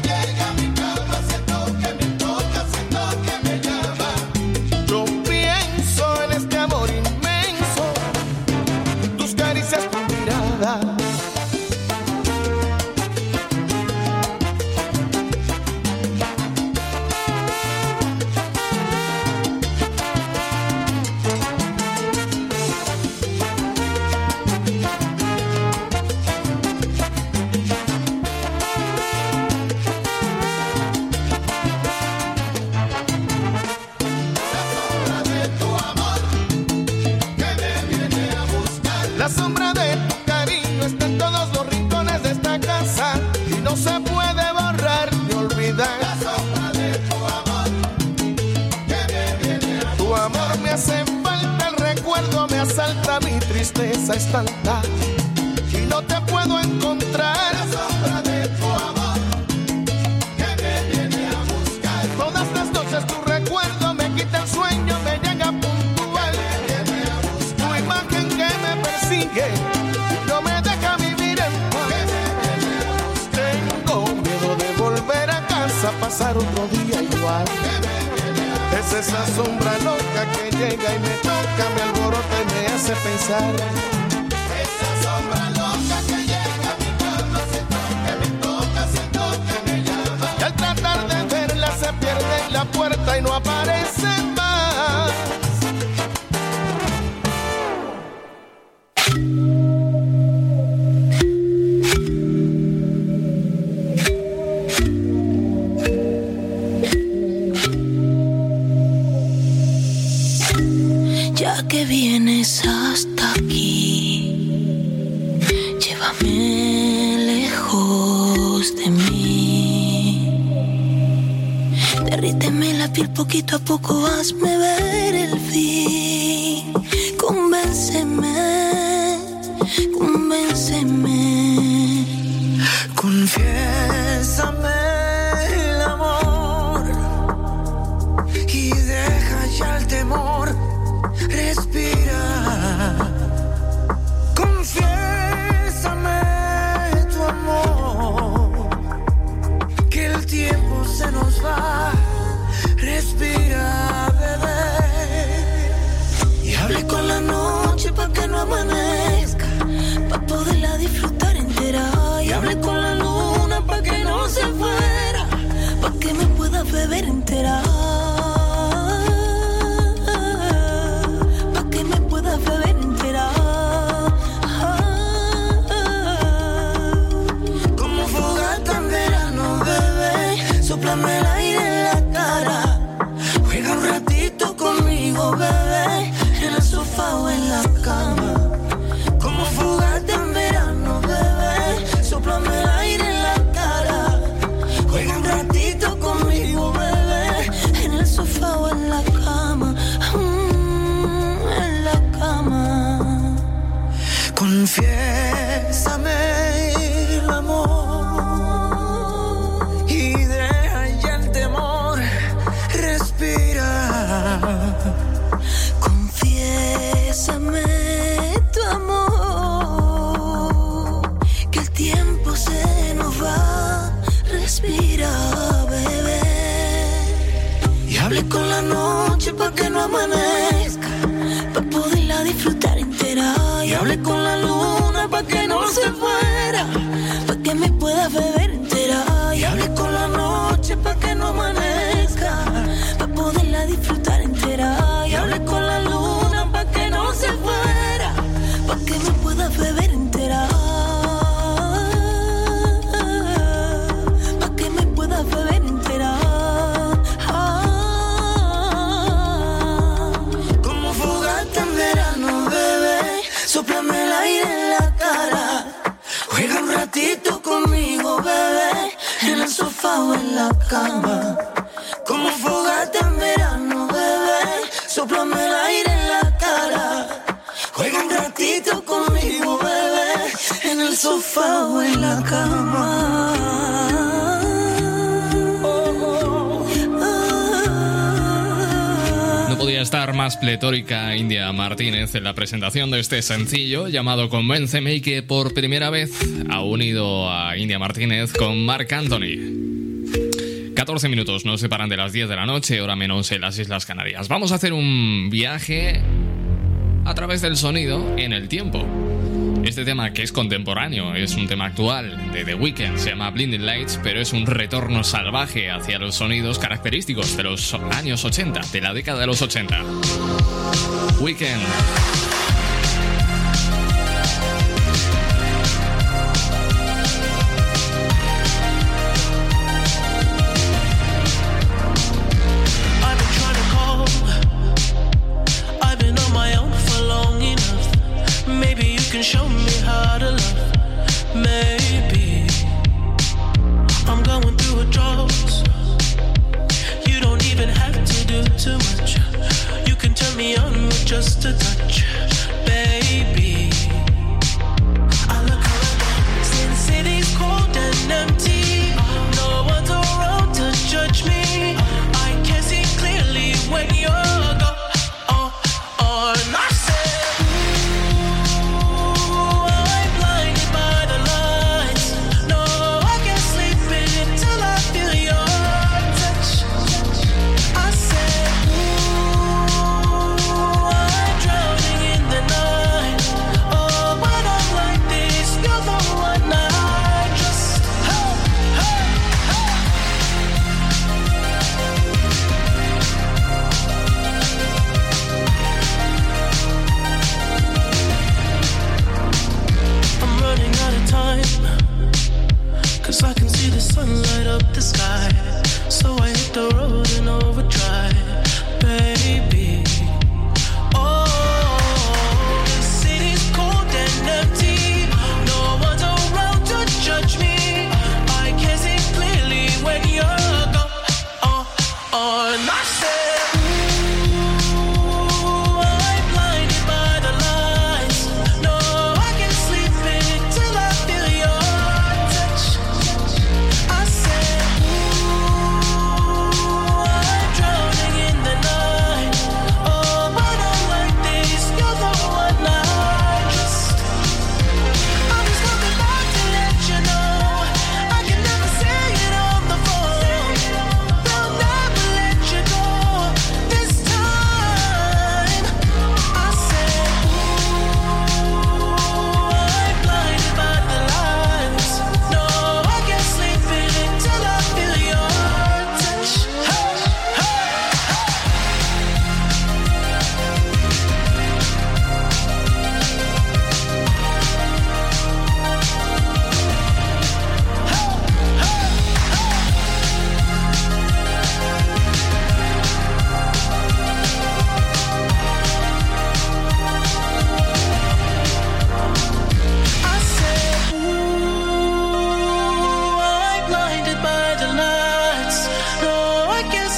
La sombra de tu cariño está en todos los rincones de esta casa y no se puede borrar ni olvidar. La sombra de tu amor que me viene a buscar. Tu amor me hace falta, el recuerdo me asalta, mi tristeza es tanta y no te puedo encontrar. La sombra de tu amor que me viene a buscar. Todas las noches tu recuerdo me quita el sueño, me llega puntual. Tu imagen que me persigue, no me deja vivir en paz. Tengo miedo de volver a casa, pasar otro día igual. Es esa sombra loca que llega y me toca, me alborota y me hace pensar. Esa sombra loca que llega. se pierde en la puerta y no aparece más. Ya que vienes hasta aquí, llévame lejos de mí. Derríteme la piel poquito a poco, hazme ver el fin. Convénceme, convénceme. Confiésame el amor y deja ya el temor. Respira, confiésame tu amor, que el tiempo se nos va. Respira, bebé, y hable con la noche pa' que no amanezca, pa' poderla disfrutar entera. Y hable con la luna pa' que no se fuera, pa' que me pueda beber entera. Beber entera. Como fogata en verano, bebé, sóplame el aire en la cara. Juega un ratito conmigo, bebé, en el sofá o en la cama. Como fogata en verano, bebé, sóplame el aire en la cara. Juega un ratito conmigo, bebé, en el sofá o en la cama. Confiésame el amor y deja ya el temor. Respira. Confiésame tu amor, que el tiempo se nos va. Respira, bebé, y hable con la noche pa' que no amanezca, pa' poderla disfrutar entera. Y hable con la luna pa' que no se fuera, pa' que me pueda beber entera. Y hable con la noche pa' que no amanezca, pa' poderla disfrutar entera. Y hable con la luna pa' que no se fuera, pa' que me pueda beber entera. Pa' que me pueda beber entera. Como fogata en verano, bebé, sóplame el aire en la cara. Juega un ratito conmigo, bebé, en el sofá o en la cama. Como fogata en verano, bebé, sóplame el aire en la cara. Juega un ratito conmigo, bebé, en el sofá o en la cama. No podía estar más pletórica India Martínez en la presentación de este sencillo llamado Convénceme, y que por primera vez ha unido a India Martínez con Marc Anthony. 14 minutos nos separan de las 10 de la noche, hora menos en las Islas Canarias. Vamos a hacer un viaje a través del sonido en el tiempo. Este tema, que es contemporáneo, es un tema actual de The Weeknd, se llama Blinding Lights, pero es un retorno salvaje hacia los sonidos característicos de los años 80, de la década de los 80. Weeknd. Show me how to love. Maybe I'm going through a drought. You don't even have to do too much. You can turn me on with just a touch.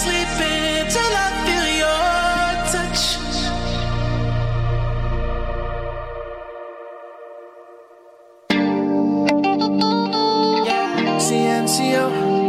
sleeping till I feel your touch. CNCO.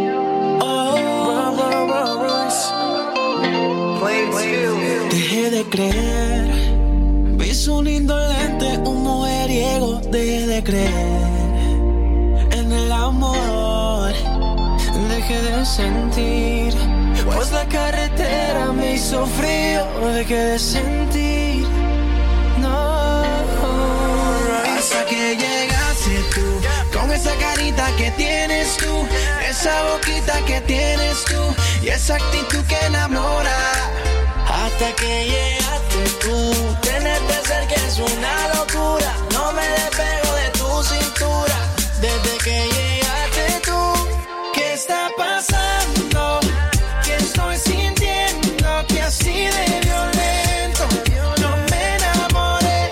Dejé de creer, vi su lindo lente, un mujeriego. Dejé de creer en el amor, dejé de sentir, pues la carretera me hizo frío. Dejé de sentir, no. Hasta que llegaste tú, con esa carita que tienes tú, esa boquita que tienes tú y esa actitud que enamora. Hasta que llegaste tú, tenerte cerca es una locura. No me despego de tu cintura. Desde que llegaste tú, ¿qué está pasando? ¿Qué estoy sintiendo? Que así de violento yo me enamoré.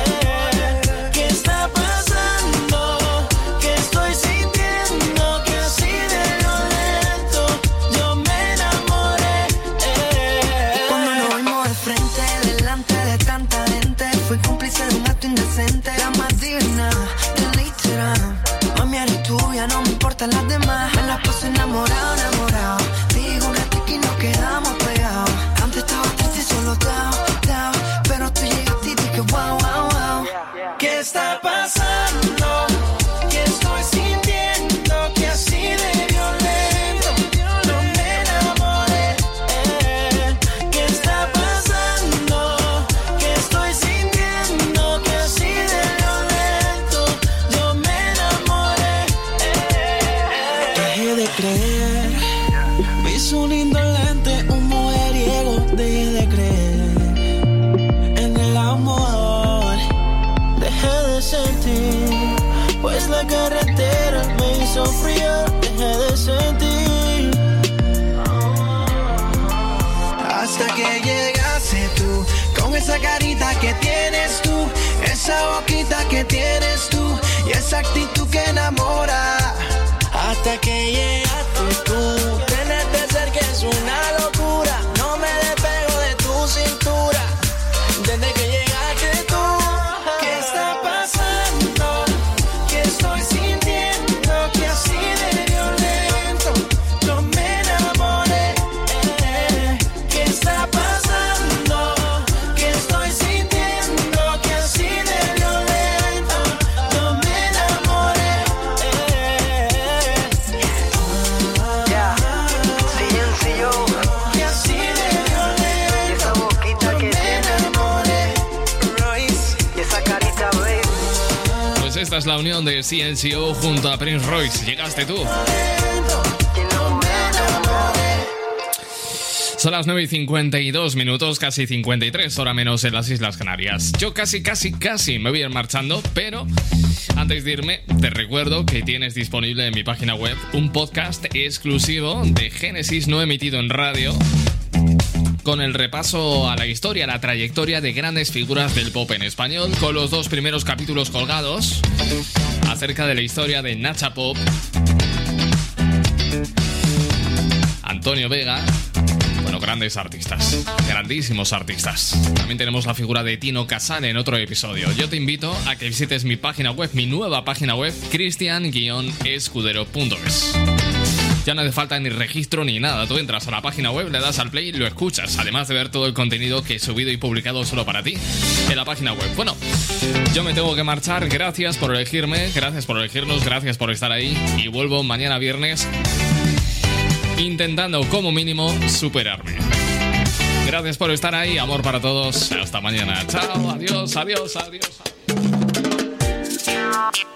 ¿Qué está pasando? ¿Qué estoy sintiendo? Que así de violento yo me enamoré. Cuando nos vimos de frente, delante de tanta gente, fui cómplice de un acto indecente. La más digna del Instagram. Mami, eres tuya, no me importan las demás. Me la paso enamorado, enamorado. Digo un ratito y nos quedamos pegados. Antes estaba triste y solo down. Pero tú llegaste y dije wow, wow, wow. ¿Qué está pasando? ¿Qué estoy sintiendo? Que así de violento no me enamoré. ¿Qué está pasando? ¿Qué estoy sintiendo? Que así de violento yo me enamoré. Dejé de creer, vi su lindo lente, un mujeriego. Dejé de creer en el amor, dejé de sentir, pues la carretera me hizo frío. Dejé de sentir, hasta que llegaste tú, con esa carita que tienes tú, esa boquita que tienes tú y esa actitud que enamora. Hasta que llegaste tú, tenerte cerca es una locura. No me despego de tu cintura. Desde que llegaste tú, ¿qué está pasando? ¿Qué estoy sintiendo? Que así de violento yo me enamoré. ¿Qué está pasando? ¿Qué estoy sintiendo? Que así de violento yo me enamoré. Que así de violento esa boquita que me enamoré. Royce y esa carita, baby. Pues esta es la unión de CNCO junto a Prince Royce. Llegaste tú. Son las 9:52, casi 53, hora menos en las Islas Canarias. Yo casi me voy a ir marchando, pero antes de irme, te recuerdo que tienes disponible en mi página web un podcast exclusivo de Génesis no emitido en radio, con el repaso a la historia, la trayectoria de grandes figuras del pop en español, con los 2 primeros capítulos colgados acerca de la historia de Nacha Pop, Antonio Vega. Bueno, grandes artistas, grandísimos artistas. También tenemos la figura de Tino Casale en otro episodio. Yo te invito a que visites mi página web, mi nueva página web, cristian-escudero.es. Ya no hace falta ni registro ni nada. Tú entras a la página web, le das al play y lo escuchas. Además de ver todo el contenido que he subido y publicado solo para ti en la página web. Bueno, yo me tengo que marchar. Gracias por elegirme, gracias por elegirnos, gracias por estar ahí. Y vuelvo mañana viernes intentando como mínimo superarme. Gracias por estar ahí. Amor para todos. Hasta mañana. Chao. Adiós.